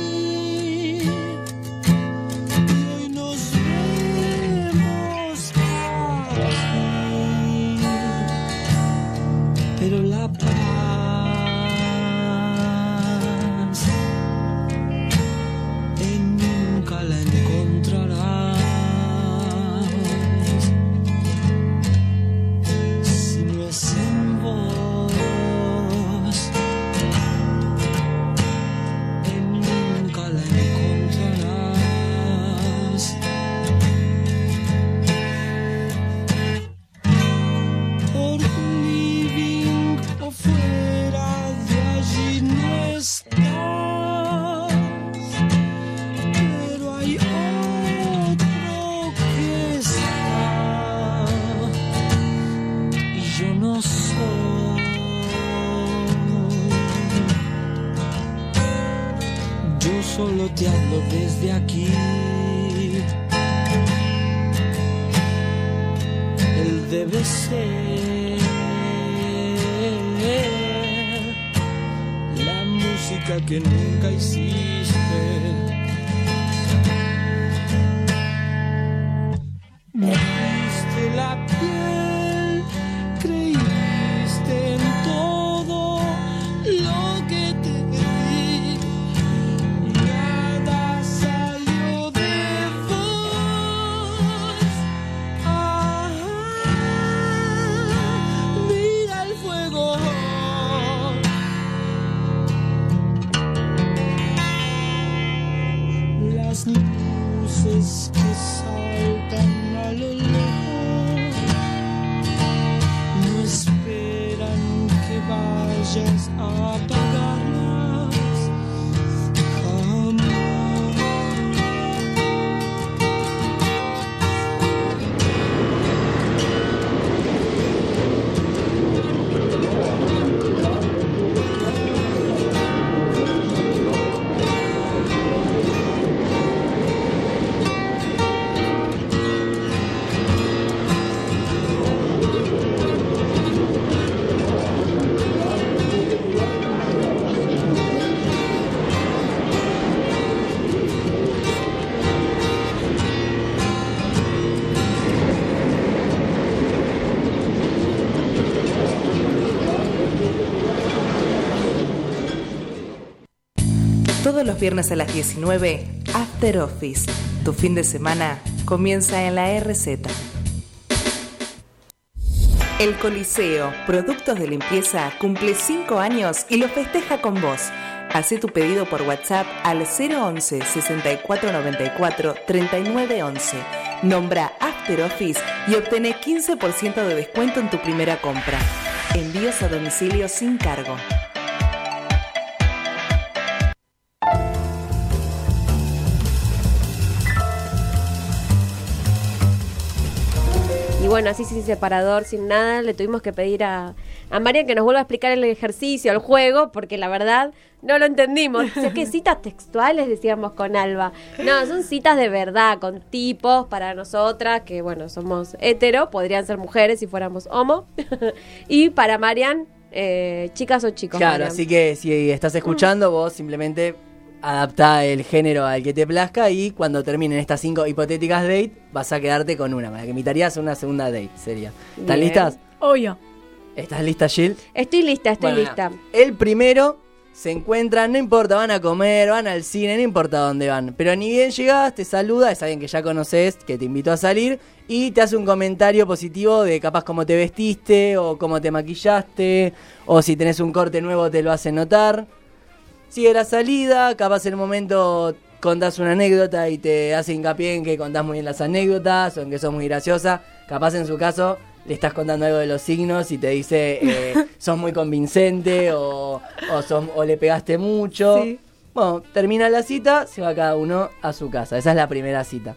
mí. Y hoy nos vemos aquí. Pero la paz nunca la encontrarás si no es en vos. Nunca la encontrarás. Por living o fuera de allí no estás, pero hay otro que está y yo no soy. Yo solo te hablo desde aquí. Él debe ser la música que nunca hiciste. Me diste la piel, creíste en todo lo que te di. Nada salió de vos. Mira el fuego. Las luces que saltan a lo lejos no esperan que vayas a apagarlas jamás. Todos los viernes a las 19, After Office. Tu fin de semana comienza en la RZ. El Coliseo, productos de limpieza, cumple 5 años y lo festeja con vos. Hacé tu pedido por WhatsApp al 011 6494 3911. Nombra After Office y obtené 15% de descuento en tu primera compra. Envíos a domicilio sin cargo. Y bueno, así sin separador, sin nada, le tuvimos que pedir a Marian que nos vuelva a explicar el ejercicio, el juego, porque la verdad no lo entendimos. O sea, que citas textuales, decíamos con Alba. No, son citas de verdad, con tipos para nosotras, que bueno, somos hetero, podrían ser mujeres si fuéramos homo. Y para Marian, chicas o chicos. Claro, Marian. así que si estás escuchando, vos simplemente adaptá el género al que te plazca y cuando terminen estas 5 hipotéticas dates, vas a quedarte con una. La que invitarías a una segunda date, sería. ¿Están Bien. listas? Obvio. ¿Estás lista, Jill? Estoy lista, Bueno, lista. El primero se encuentran, no importa, van a comer, van al cine, no importa dónde van. Pero ni bien llegás, te saluda, es alguien que ya conoces, que te invitó a salir y te hace un comentario positivo de capaz cómo te vestiste o cómo te maquillaste o si tenés un corte nuevo te lo hace notar. Sigue la salida, capaz en el momento contás una anécdota y te hace hincapié en que contás muy bien las anécdotas o en que sos muy graciosa. Capaz en su caso le estás contando algo de los signos y te dice sos muy convincente o le pegaste mucho. Sí. Bueno, termina la cita, se va cada uno a su casa. Esa es la primera cita.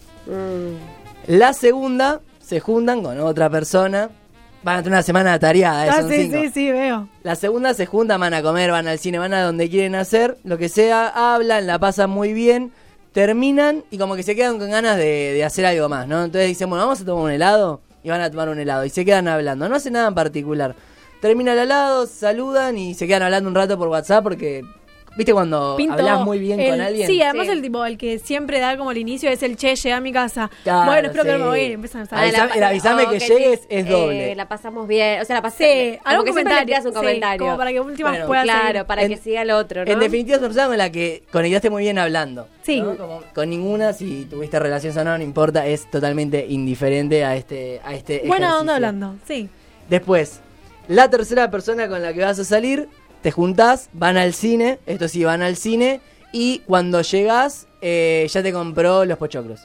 La segunda, se juntan con otra persona. Van a tener una semana atareada, son 5. Sí, veo. La segunda se juntan, van a comer, van al cine, van a donde quieren hacer, lo que sea, hablan, la pasan muy bien, terminan y como que se quedan con ganas de hacer algo más, ¿no? Entonces dicen, bueno, vamos a tomar un helado y van a tomar un helado y se quedan hablando, no hacen nada en particular. Termina el helado, saludan y se quedan hablando un rato por WhatsApp porque... ¿Viste cuando hablas muy bien con alguien? Sí, además Sí. el que siempre da como el inicio es el che, llegué a mi casa. Claro, Bueno, espero que sí. no me voy a ir. Empiezan a El avisame que llegues es doble. La pasamos bien, o sea, la pasé. Sí, como algún que siempre le tiras un sí, comentario. como para que últimas Bueno, pueda Claro, seguir. para que siga el otro, ¿no? En definitiva es una persona con la que conectaste muy bien hablando. Sí. ¿no? Como con ninguna, si tuviste relaciones o no, no importa, es totalmente indiferente a este Buena ejercicio. onda hablando, sí. Después, la tercera persona con la que vas a salir, te juntás, van al cine, esto sí, van al cine, y cuando llegás, ya te compró los pochoclos.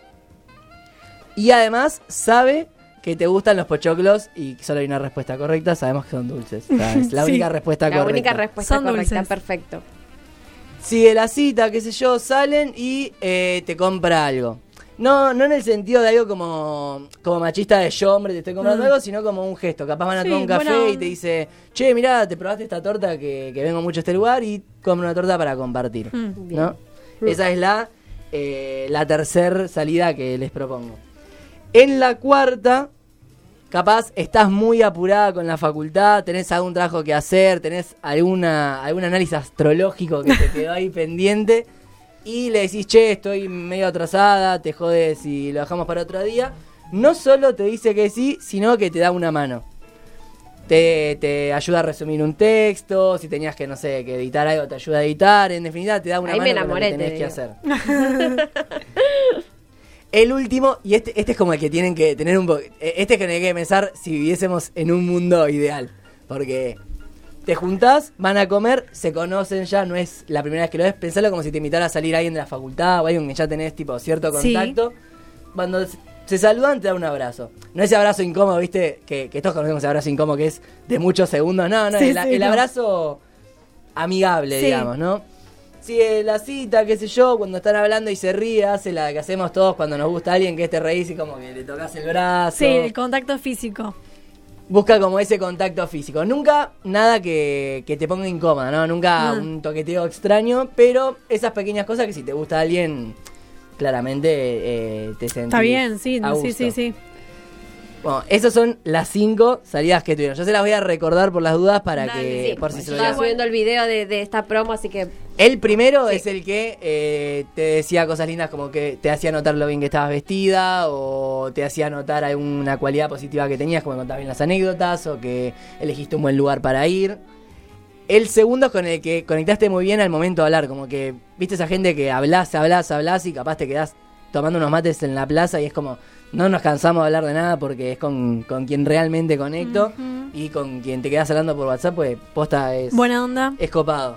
Y además, sabe que te gustan los pochoclos, y solo hay una respuesta correcta, sabemos que son dulces. O sea, es la Sí. única respuesta La correcta. única respuesta Son correcta, dulces. perfecto. Sigue la cita, qué sé yo, salen y te compra algo. No en el sentido de algo como machista de yo, hombre, te estoy comprando algo, sino como un gesto. Capaz van a Sí, tomar un buena café y onda. te dice, che, mirá, te probaste esta torta que vengo mucho a este lugar y compra una torta para compartir. Bien. ¿No? Esa es la tercera salida que les propongo. En la cuarta, capaz estás muy apurada con la facultad, tenés algún trabajo que hacer, tenés algún análisis astrológico que te quedó ahí pendiente y le decís, che, estoy medio atrasada, te jodes y lo dejamos para otro día. No solo te dice que sí, sino que te da una mano. Te ayuda a resumir un texto, si tenías que, no sé, que editar algo, te ayuda a editar, en definitiva te da una Ahí mano me con lo que enamoré, tenés te que digo. hacer. El último, y este es como el que tienen que tener un poco. Este es que hay que pensar si viviésemos en un mundo ideal. Porque te juntás, van a comer, se conocen ya, no es la primera vez que lo ves. Pensalo como si te invitara a salir alguien de la facultad o alguien que ya tenés tipo cierto Sí. contacto. Cuando se saludan, te da un abrazo. No ese abrazo incómodo, viste, que todos conocemos ese abrazo incómodo que es de muchos segundos. No, Sí, el no. abrazo amigable, Sí. digamos, ¿no? Sigue la cita, qué sé yo, cuando están hablando y se ríe, hace la que hacemos todos cuando nos gusta a alguien, que es te reís y como que le tocas el brazo. Sí, el contacto físico. Busca como ese contacto físico. Nunca nada que te ponga incómoda, ¿no? Nunca No. un toqueteo extraño, pero esas pequeñas cosas que si te gusta a alguien, claramente te sentís Está bien, sí, a sí, gusto. sí, sí. Bueno, esas son las 5 salidas que tuvieron. Yo se las voy a recordar por las dudas para Dale, que, Sí, por si se lo estaba olvidan. subiendo el video de esta promo, así que El primero Sí. es el que te decía cosas lindas como que te hacía notar lo bien que estabas vestida o te hacía notar alguna cualidad positiva que tenías, como que contabas bien las anécdotas o que elegiste un buen lugar para ir. El segundo es con el que conectaste muy bien al momento de hablar, como que viste esa gente que hablas y capaz te quedás tomando unos mates en la plaza y es como no nos cansamos de hablar de nada porque es con quien realmente conecto y con quien te quedás hablando por WhatsApp, pues posta Buena onda. es copado.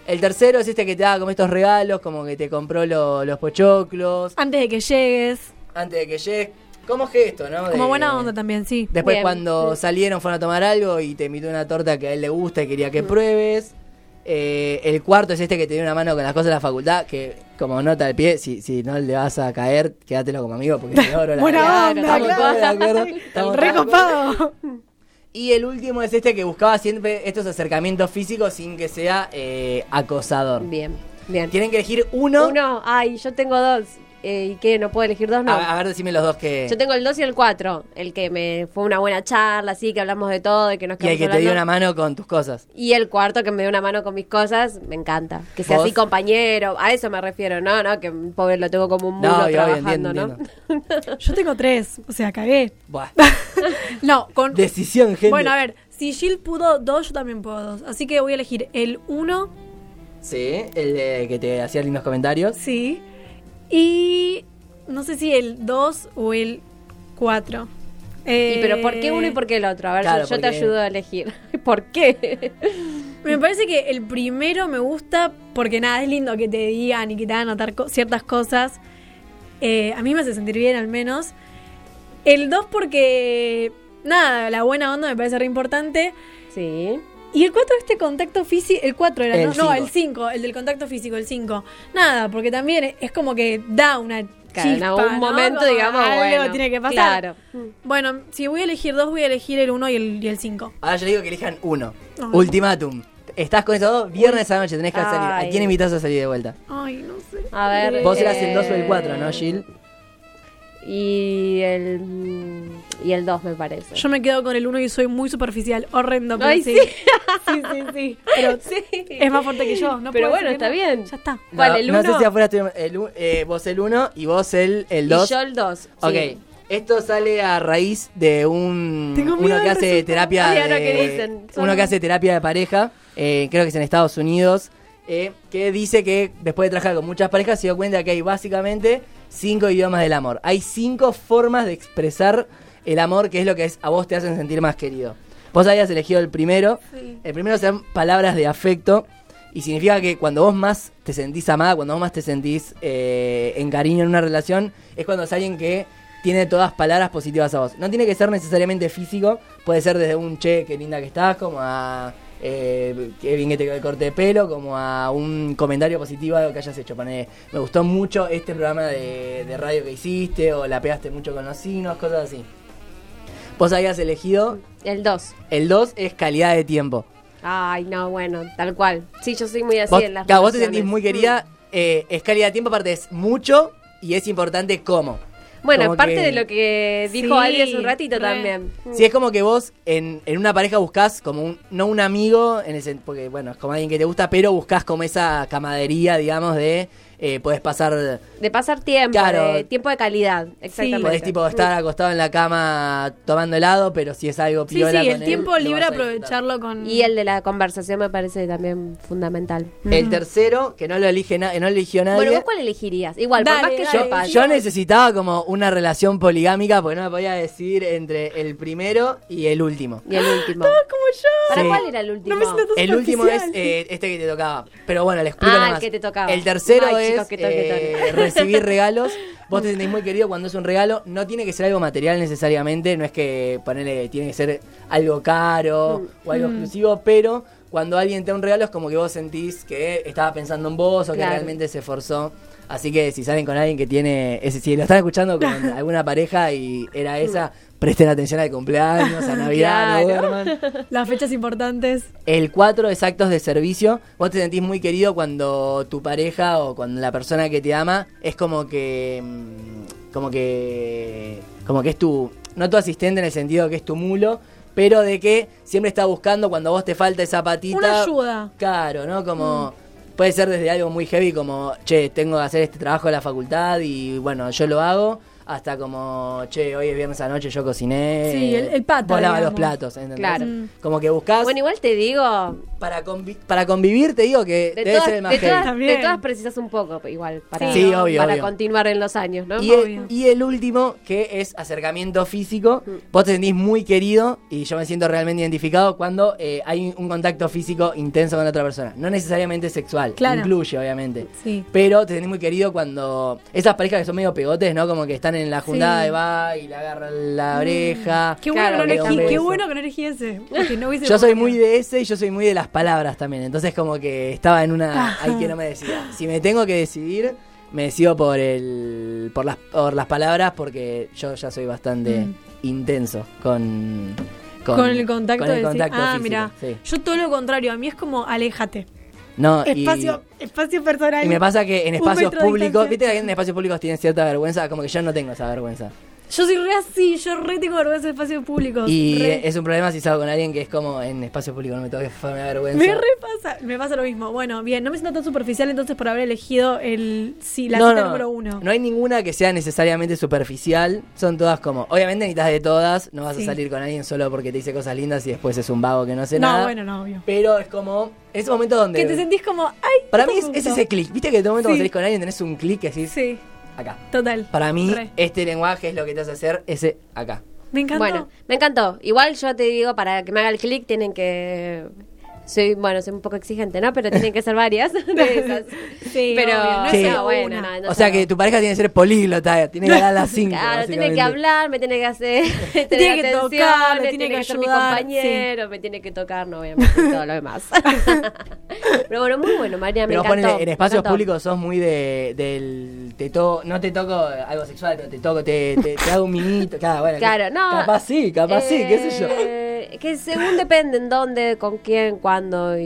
El tercero es este que te da como estos regalos, como que te compró los pochoclos. Antes de que llegues. Antes de que llegues. Como gesto, ¿no? Como buena onda también, sí. Después Bien. cuando salieron fueron a tomar algo y te invitó una torta que a él le gusta y quería que pruebes. El cuarto es este que te dio una mano con las cosas de la facultad, que como nota al pie, si no le vas a caer, quédatelo como amigo porque te oro la Buena verdad. onda, Estamos claro. todos de acuerdo. Estamos Re todos de acuerdo. copado. Y el último es este que buscaba siempre estos acercamientos físicos sin que sea acosador. Bien, bien. Tienen que elegir uno. Uno, ay, yo tengo dos. ¿Y qué? ¿No puedo elegir dos? No. A ver, decime los dos que... Yo tengo el 2 y el 4. El que me fue una buena charla, así que hablamos de todo y que nos Y el quedamos que te dio hablando. una mano con tus cosas. Y el cuarto que me dio una mano con mis cosas, me encanta. Que sea ¿Vos? así compañero, a eso me refiero, no, que pobre lo tengo como un mulo No, obvio, trabajando, entiendo. Yo tengo 3, o sea, cagué. Buah. No, con... Decisión, gente. Bueno, a ver, si Jill pudo 2, yo también puedo 2. Así que voy a elegir el 1, Sí, el que te hacía lindos comentarios. sí. Y no sé si el 2 o el 4. Y pero ¿por qué uno y por qué el otro? A ver, Claro, yo te porque- ayudo a elegir. ¿Por qué? Me parece que el primero me gusta porque nada, es lindo que te digan y que te hagan notar ciertas cosas. A mí me hace sentir bien al menos. El 2 porque, nada, la buena onda me parece re importante. Sí. Y el 4 este contacto físico, el 4 era, El ¿no? cinco. No, el 5, el del contacto físico, el 5. Nada, porque también es como que da una Claro, en chispa, algún ¿no? momento, Como digamos, algo bueno. tiene que pasar. Claro. Bueno, si voy a elegir 2, voy a elegir el 1 y el 5. Ahora yo le digo que elijan uno. Ay. Ultimátum. Estás con esos dos, viernes a la noche tenés que salir. ¿A Ay. quién invitas a salir de vuelta? Ay, no sé. A ver. Vos eras el 2 o el 4, ¿no, Jill? Y el 2 me parece. Yo me quedo con el 1 y soy muy superficial, horrendo, pero Ay, sí. sí. Sí. Pero Sí. es más fuerte que yo, no Pero puedo bueno, decir que está no. bien. Ya está. ¿Cuál, el No uno? sé si afuera vos el 1 y vos el 2. Y yo el 2. Ok. Sí. Esto sale a raíz de Tengo miedo uno que del hace resultado. terapia Ay, ahora de, que dicen, son- uno que hace terapia de pareja, creo que es en Estados Unidos, que dice que después de trabajar con muchas parejas se dio cuenta que hay básicamente 5 idiomas del amor. Hay 5 formas de expresar el amor, que es lo que a vos te hacen sentir más querido. Vos habías elegido el primero. Sí. El primero son palabras de afecto. Y significa que cuando vos más te sentís amada, cuando vos más te sentís en cariño en una relación, es cuando es alguien que tiene todas palabras positivas a vos. No tiene que ser necesariamente físico, puede ser desde un che, qué linda que estás, como a qué bien que te quedó el corte de pelo, como a un comentario positivo de lo que hayas hecho. Poné, me gustó mucho este programa de radio que hiciste, o la pegaste mucho con los signos, cosas así. Vos habías elegido El 2. el 2, es calidad de tiempo. Ay, no, bueno, tal cual. Sí, yo soy muy así Vos, en las claro, vos te relaciones. sentís muy querida, es calidad de tiempo, aparte es mucho y es importante cómo. Bueno, Como parte que- de lo que dijo Sí, Ali hace un ratito re. también. Si es como que vos en una pareja buscás como no un amigo, porque bueno, es como alguien que te gusta, pero buscás como esa camaradería, digamos, de podés pasar, De pasar tiempo, Claro. de tiempo de calidad. Exactamente. podés tipo estar acostado en la cama tomando helado, pero si es algo Sí, piola sí, con el él, tiempo lo libre vas a disfrutar. aprovecharlo con... Y el de la conversación me parece también fundamental. El tercero, que no lo eligió nadie. Bueno, ¿vos cuál elegirías? Igual, por Dale, más que dale, sepas. Yo necesitaba como una relación poligámica porque no me podía decidir entre el primero y el último. Y el último. como yo. ¿Para Sí. cuál era el último? No me siento tan El último es superficial. este que te tocaba. Pero bueno, le explico Ah, nada el más. que te tocaba. El tercero Ay, es chicos, qué toquetón. recibir regalos. Vos te sentís muy querido cuando es un regalo. No tiene que ser algo material necesariamente. No es que ponerle, tiene que ser algo caro o algo exclusivo. Pero cuando alguien te da un regalo es como que vos sentís que estaba pensando en vos o que Claro. realmente se esforzó. Así que si salen con alguien que tiene si lo están escuchando con alguna pareja y era esa, presten atención al cumpleaños, a Navidad, no Claro. duerman. Las fechas importantes. El 4 es actos de servicio. Vos te sentís muy querido cuando tu pareja o cuando la persona que te ama es como que es tu, no tu asistente en el sentido que es tu mulo, pero de que siempre está buscando cuando vos te falta esa patita. Una ayuda. Claro, ¿no? Como puede ser desde algo muy heavy como, che, tengo que hacer este trabajo de la facultad y bueno, yo lo hago, hasta como, che, hoy es viernes a la noche, yo cociné. Sí, el pata, vos lavas los digamos. platos, ¿entendés? Claro. Como que buscás, Bueno, igual te digo, para convivir te digo que de debe ser el más de heavy. todas, También. de todas precisas un poco, igual, para, Sí, obvio, para obvio. continuar en los años, ¿no? Y el último, que es acercamiento físico. Vos te sentís muy querido y yo me siento realmente identificado cuando hay un contacto físico intenso con otra persona. No necesariamente sexual, Claro. incluye, obviamente. Sí. Pero te sentís muy querido cuando esas parejas que son medio pegotes, ¿no? Como que están en la juntada Sí. de va y le agarran la oreja. Qué bueno, Claro, que no elegí, hombre, qué eso. bueno que no elegí ese. Porque no hubiese Yo soy podido. muy de ese y yo soy muy de las palabras también. Entonces como que estaba en una... Ahí que no me decía. Si me tengo que decidir, me decido por las palabras porque yo ya soy bastante intenso con el contacto, con el de contacto ah, físico, mira, sí. yo todo lo contrario, a mí es como aléjate. No, Espacio personal. y me pasa que en Un espacios metro de públicos, distancia. viste que en espacios públicos tienen cierta vergüenza, como que yo no tengo esa vergüenza. Yo soy re así, yo re tengo vergüenza de espacios públicos. Y re. es un problema si salgo con alguien que es como en espacios públicos, no me toque, me da vergüenza. Me pasa lo mismo. Bueno, bien, no me siento tan superficial entonces por haber elegido la cita número 1. No hay ninguna que sea necesariamente superficial. Son todas como. Obviamente necesitas de todas. No vas Sí. a salir con alguien solo porque te dice cosas lindas y después es un vago que no hace No, nada. bueno, no, obvio. Pero es como. Ese momento donde. Que te sentís como, ay, Para esto mí me es gustó. ese clic. Viste que en todo momento Sí. cuando salís con alguien tenés un clic que decís. Sí, Acá. total. Para mí, Re. este lenguaje es lo que te hace hacer ese acá. Me encantó. Bueno, me encantó. Igual yo te digo, para que me haga el clic tienen que... soy un poco exigente, ¿no? Pero tienen que ser varias de esas. Sí, pero obvio, no es sí, solo bueno, una. no O sea solo- que tu pareja tiene que ser políglota. Tiene que dar las 5. Claro, tiene que hablar, me tiene que hacer, tiene tener que atención, tocar, me tiene que ser mi ayudar, compañero, me tiene que tocar, no obviamente y todo lo demás. Pero bueno, muy bueno, María, me Pero encantó. ponele, en espacios me encantó. públicos sos muy del no te toco algo sexual, pero te toco, te hago un mimito, bueno, Claro, no. capaz sí, qué sé yo. Que según depende en dónde, con quién, cuándo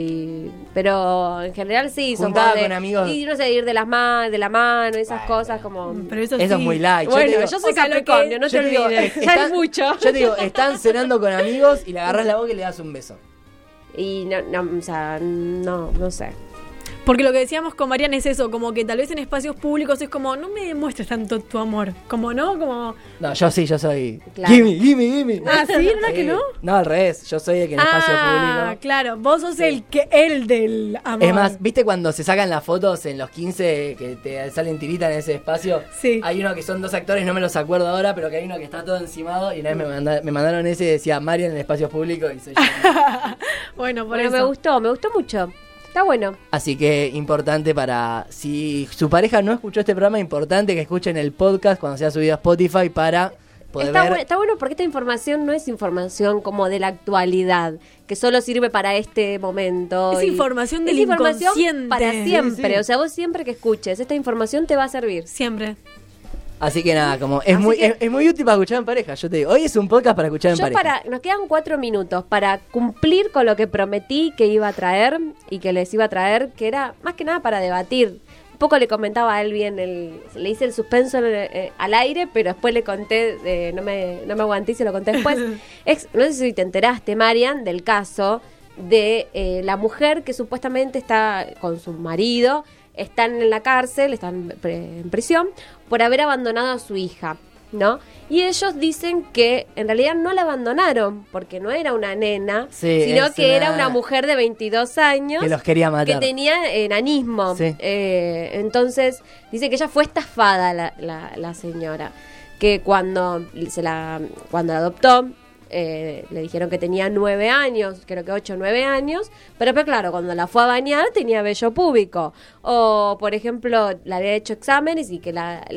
pero en general sí, son Juntada como con amigos. Y no sé, ir de la mano, esas Bueno, cosas como... Pero eso Eso sí. es muy light. Bueno, te yo digo- soy o sea, lo que- Capricornio, no te yo te digo, olvides. Ya están- es mucho. Yo te digo, están cenando con amigos y le agarras la boca y le das un beso. Y no, o sea, no sé. Porque lo que decíamos con Mariana es eso, como que tal vez en espacios públicos es como, no me demuestres tanto tu amor. Como, ¿no? Como... No, yo soy. Claro. Gimme. Ah, ¿sí? ¿No era que no? No, al revés. Yo soy el que en espacio público. Claro, vos sos el del amor. Es más, ¿viste cuando se sacan las fotos en los 15 que te salen tiritas en ese espacio? Sí. Hay uno que son 2 actores, no me los acuerdo ahora, pero que hay uno que está todo encimado y una vez me mandaron ese y decía Marian en espacios públicos y soy yo. Bueno, por Bueno, eso. me gustó mucho. Está bueno. Así que importante si su pareja no escuchó este programa, importante que escuchen el podcast cuando sea subido a Spotify para poder ver. Está bueno porque esta información no es información como de la actualidad, que solo sirve para este momento. Es información del es información inconsciente. para siempre. Sí, sí. O sea, vos siempre que escuches esta información te va a servir. Siempre. Así que nada, como es Así muy que- es muy útil para escuchar en pareja. Yo te digo, hoy es un podcast para escuchar en pareja. Nos quedan 4 minutos para cumplir con lo que prometí que iba a traer y que les iba a traer, que era más que nada para debatir. Un poco le comentaba a Elvin, le hice el suspenso al aire, pero después le conté, no me aguanté y se lo conté después. No sé si te enteraste, Marian, del caso de la mujer que supuestamente está con su marido, están en la cárcel, están en prisión, por haber abandonado a su hija, ¿no? Y ellos dicen que en realidad no la abandonaron, porque no era una nena, Sí, sino es que era una- una mujer de 22 años Que los quería que matar. tenía enanismo. Sí. Entonces, dice que ella fue estafada la señora, que cuando la adoptó, le dijeron que tenía 9 años, creo que 8 o 9 años, pero claro, cuando la fue a bañar tenía vello púbico. O, por ejemplo, le había hecho exámenes y que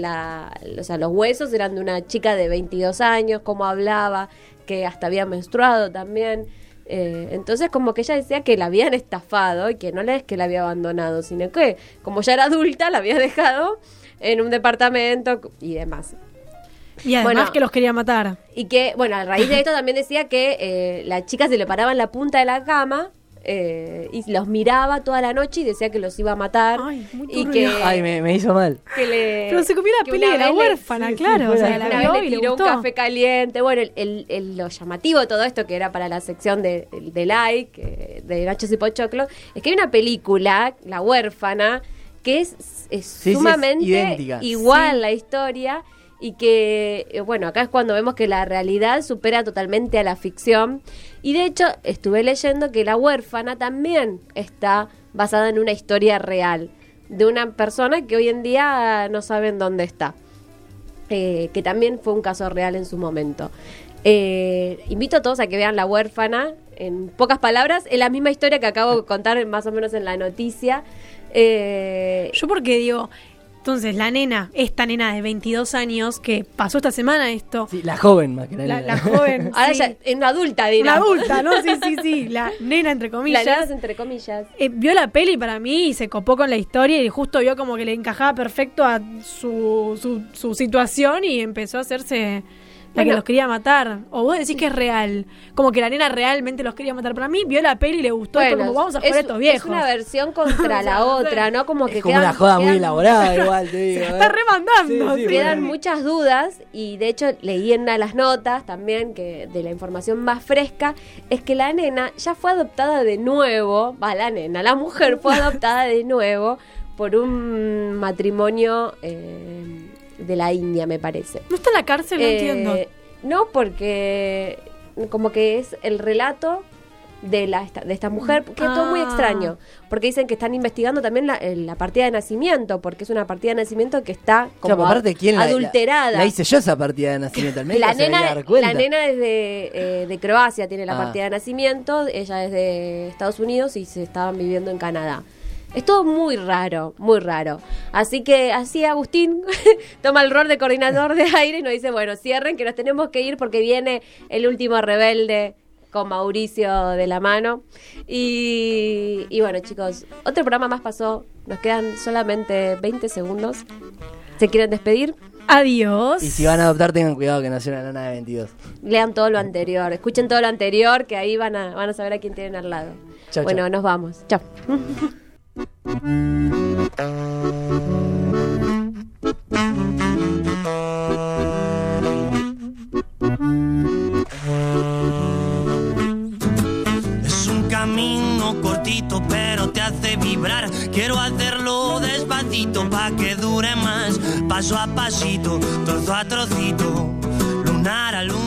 o sea, los huesos eran de una chica de 22 años, cómo hablaba, que hasta había menstruado también. Entonces como que ella decía que la habían estafado y que no es que la había abandonado, sino que como ya era adulta la había dejado en un departamento y demás. Y además Bueno. que los quería matar. Y que, bueno, a raíz de esto también decía que la chica se le paraba en la punta de la cama y los miraba toda la noche y decía que los iba a matar. Ay, muy y turbio. que, Ay, me hizo mal. que le... Pero se comió la que peli una de la vez le- huérfana, sí, claro. sí, o sea, fue la Una vio vez y le le tiró un gustó. café caliente. Bueno, lo llamativo de todo esto, que era para la sección de like, de Nachos y Pochoclo, es que hay una película, La Huérfana, que es sí, es sumamente idéntica. igual la historia. y que, bueno, acá es cuando vemos que la realidad supera totalmente a la ficción. Y de hecho, estuve leyendo que La huérfana también está basada en una historia real de una persona que hoy en día no saben dónde está, que también fue un caso real en su momento. Invito a todos a que vean La huérfana. En pocas palabras, es la misma historia que acabo de contar más o menos en la noticia. Yo porque digo, entonces la nena, esta nena de 22 años que pasó esta semana esto. Sí, la joven más que la nena. La joven. Ahora sí. ya es una adulta, dirá. Una adulta, ¿no? Sí. La nena, entre comillas. La nena, entre comillas. Vio la peli para mí y se copó con la historia y justo vio como que le encajaba perfecto a su situación y empezó a hacerse la que los quería matar. O vos decís que es real. Como que la nena realmente los quería matar. Para mí vio la peli y le gustó. Bueno, y como vamos a jugar a estos viejos. Es una versión contra la otra, ¿no? Como que es como una joda muy elaborada, igual te digo. Se está remandando. Sí, quedan muchas dudas y de hecho leí en una de las notas también que de la información más fresca es que la nena ya fue adoptada de nuevo, la mujer fue adoptada de nuevo por un matrimonio de la India, me parece. ¿No está en la cárcel? No entiendo. No, porque como que es el relato de esta mujer, que es todo muy extraño, porque dicen que están investigando también la partida de nacimiento, porque es una partida de nacimiento que está como aparte, ¿quién adulterada. La hice yo esa partida de nacimiento, al menos la se debería dar cuenta. nena es de Croacia, tiene la partida de nacimiento, ella es de Estados Unidos y se estaban viviendo en Canadá. Es todo muy raro, muy raro. Así que así Agustín toma el rol de coordinador de aire y nos dice, bueno, cierren que nos tenemos que ir porque viene el último rebelde con Mauricio de la mano. Y bueno, chicos, otro programa más pasó. Nos quedan solamente 20 segundos. ¿Se quieren despedir? Adiós. Y si van a adoptar, tengan cuidado que nació una nana de 22. Lean todo lo anterior, escuchen todo lo anterior, que ahí van a saber a quién tienen al lado. Chau, bueno, chau. nos vamos. Chao. Es un camino cortito pero te hace vibrar. Quiero hacerlo despacito pa' que dure más. Paso a pasito, trozo a trocito, lunar a lunar.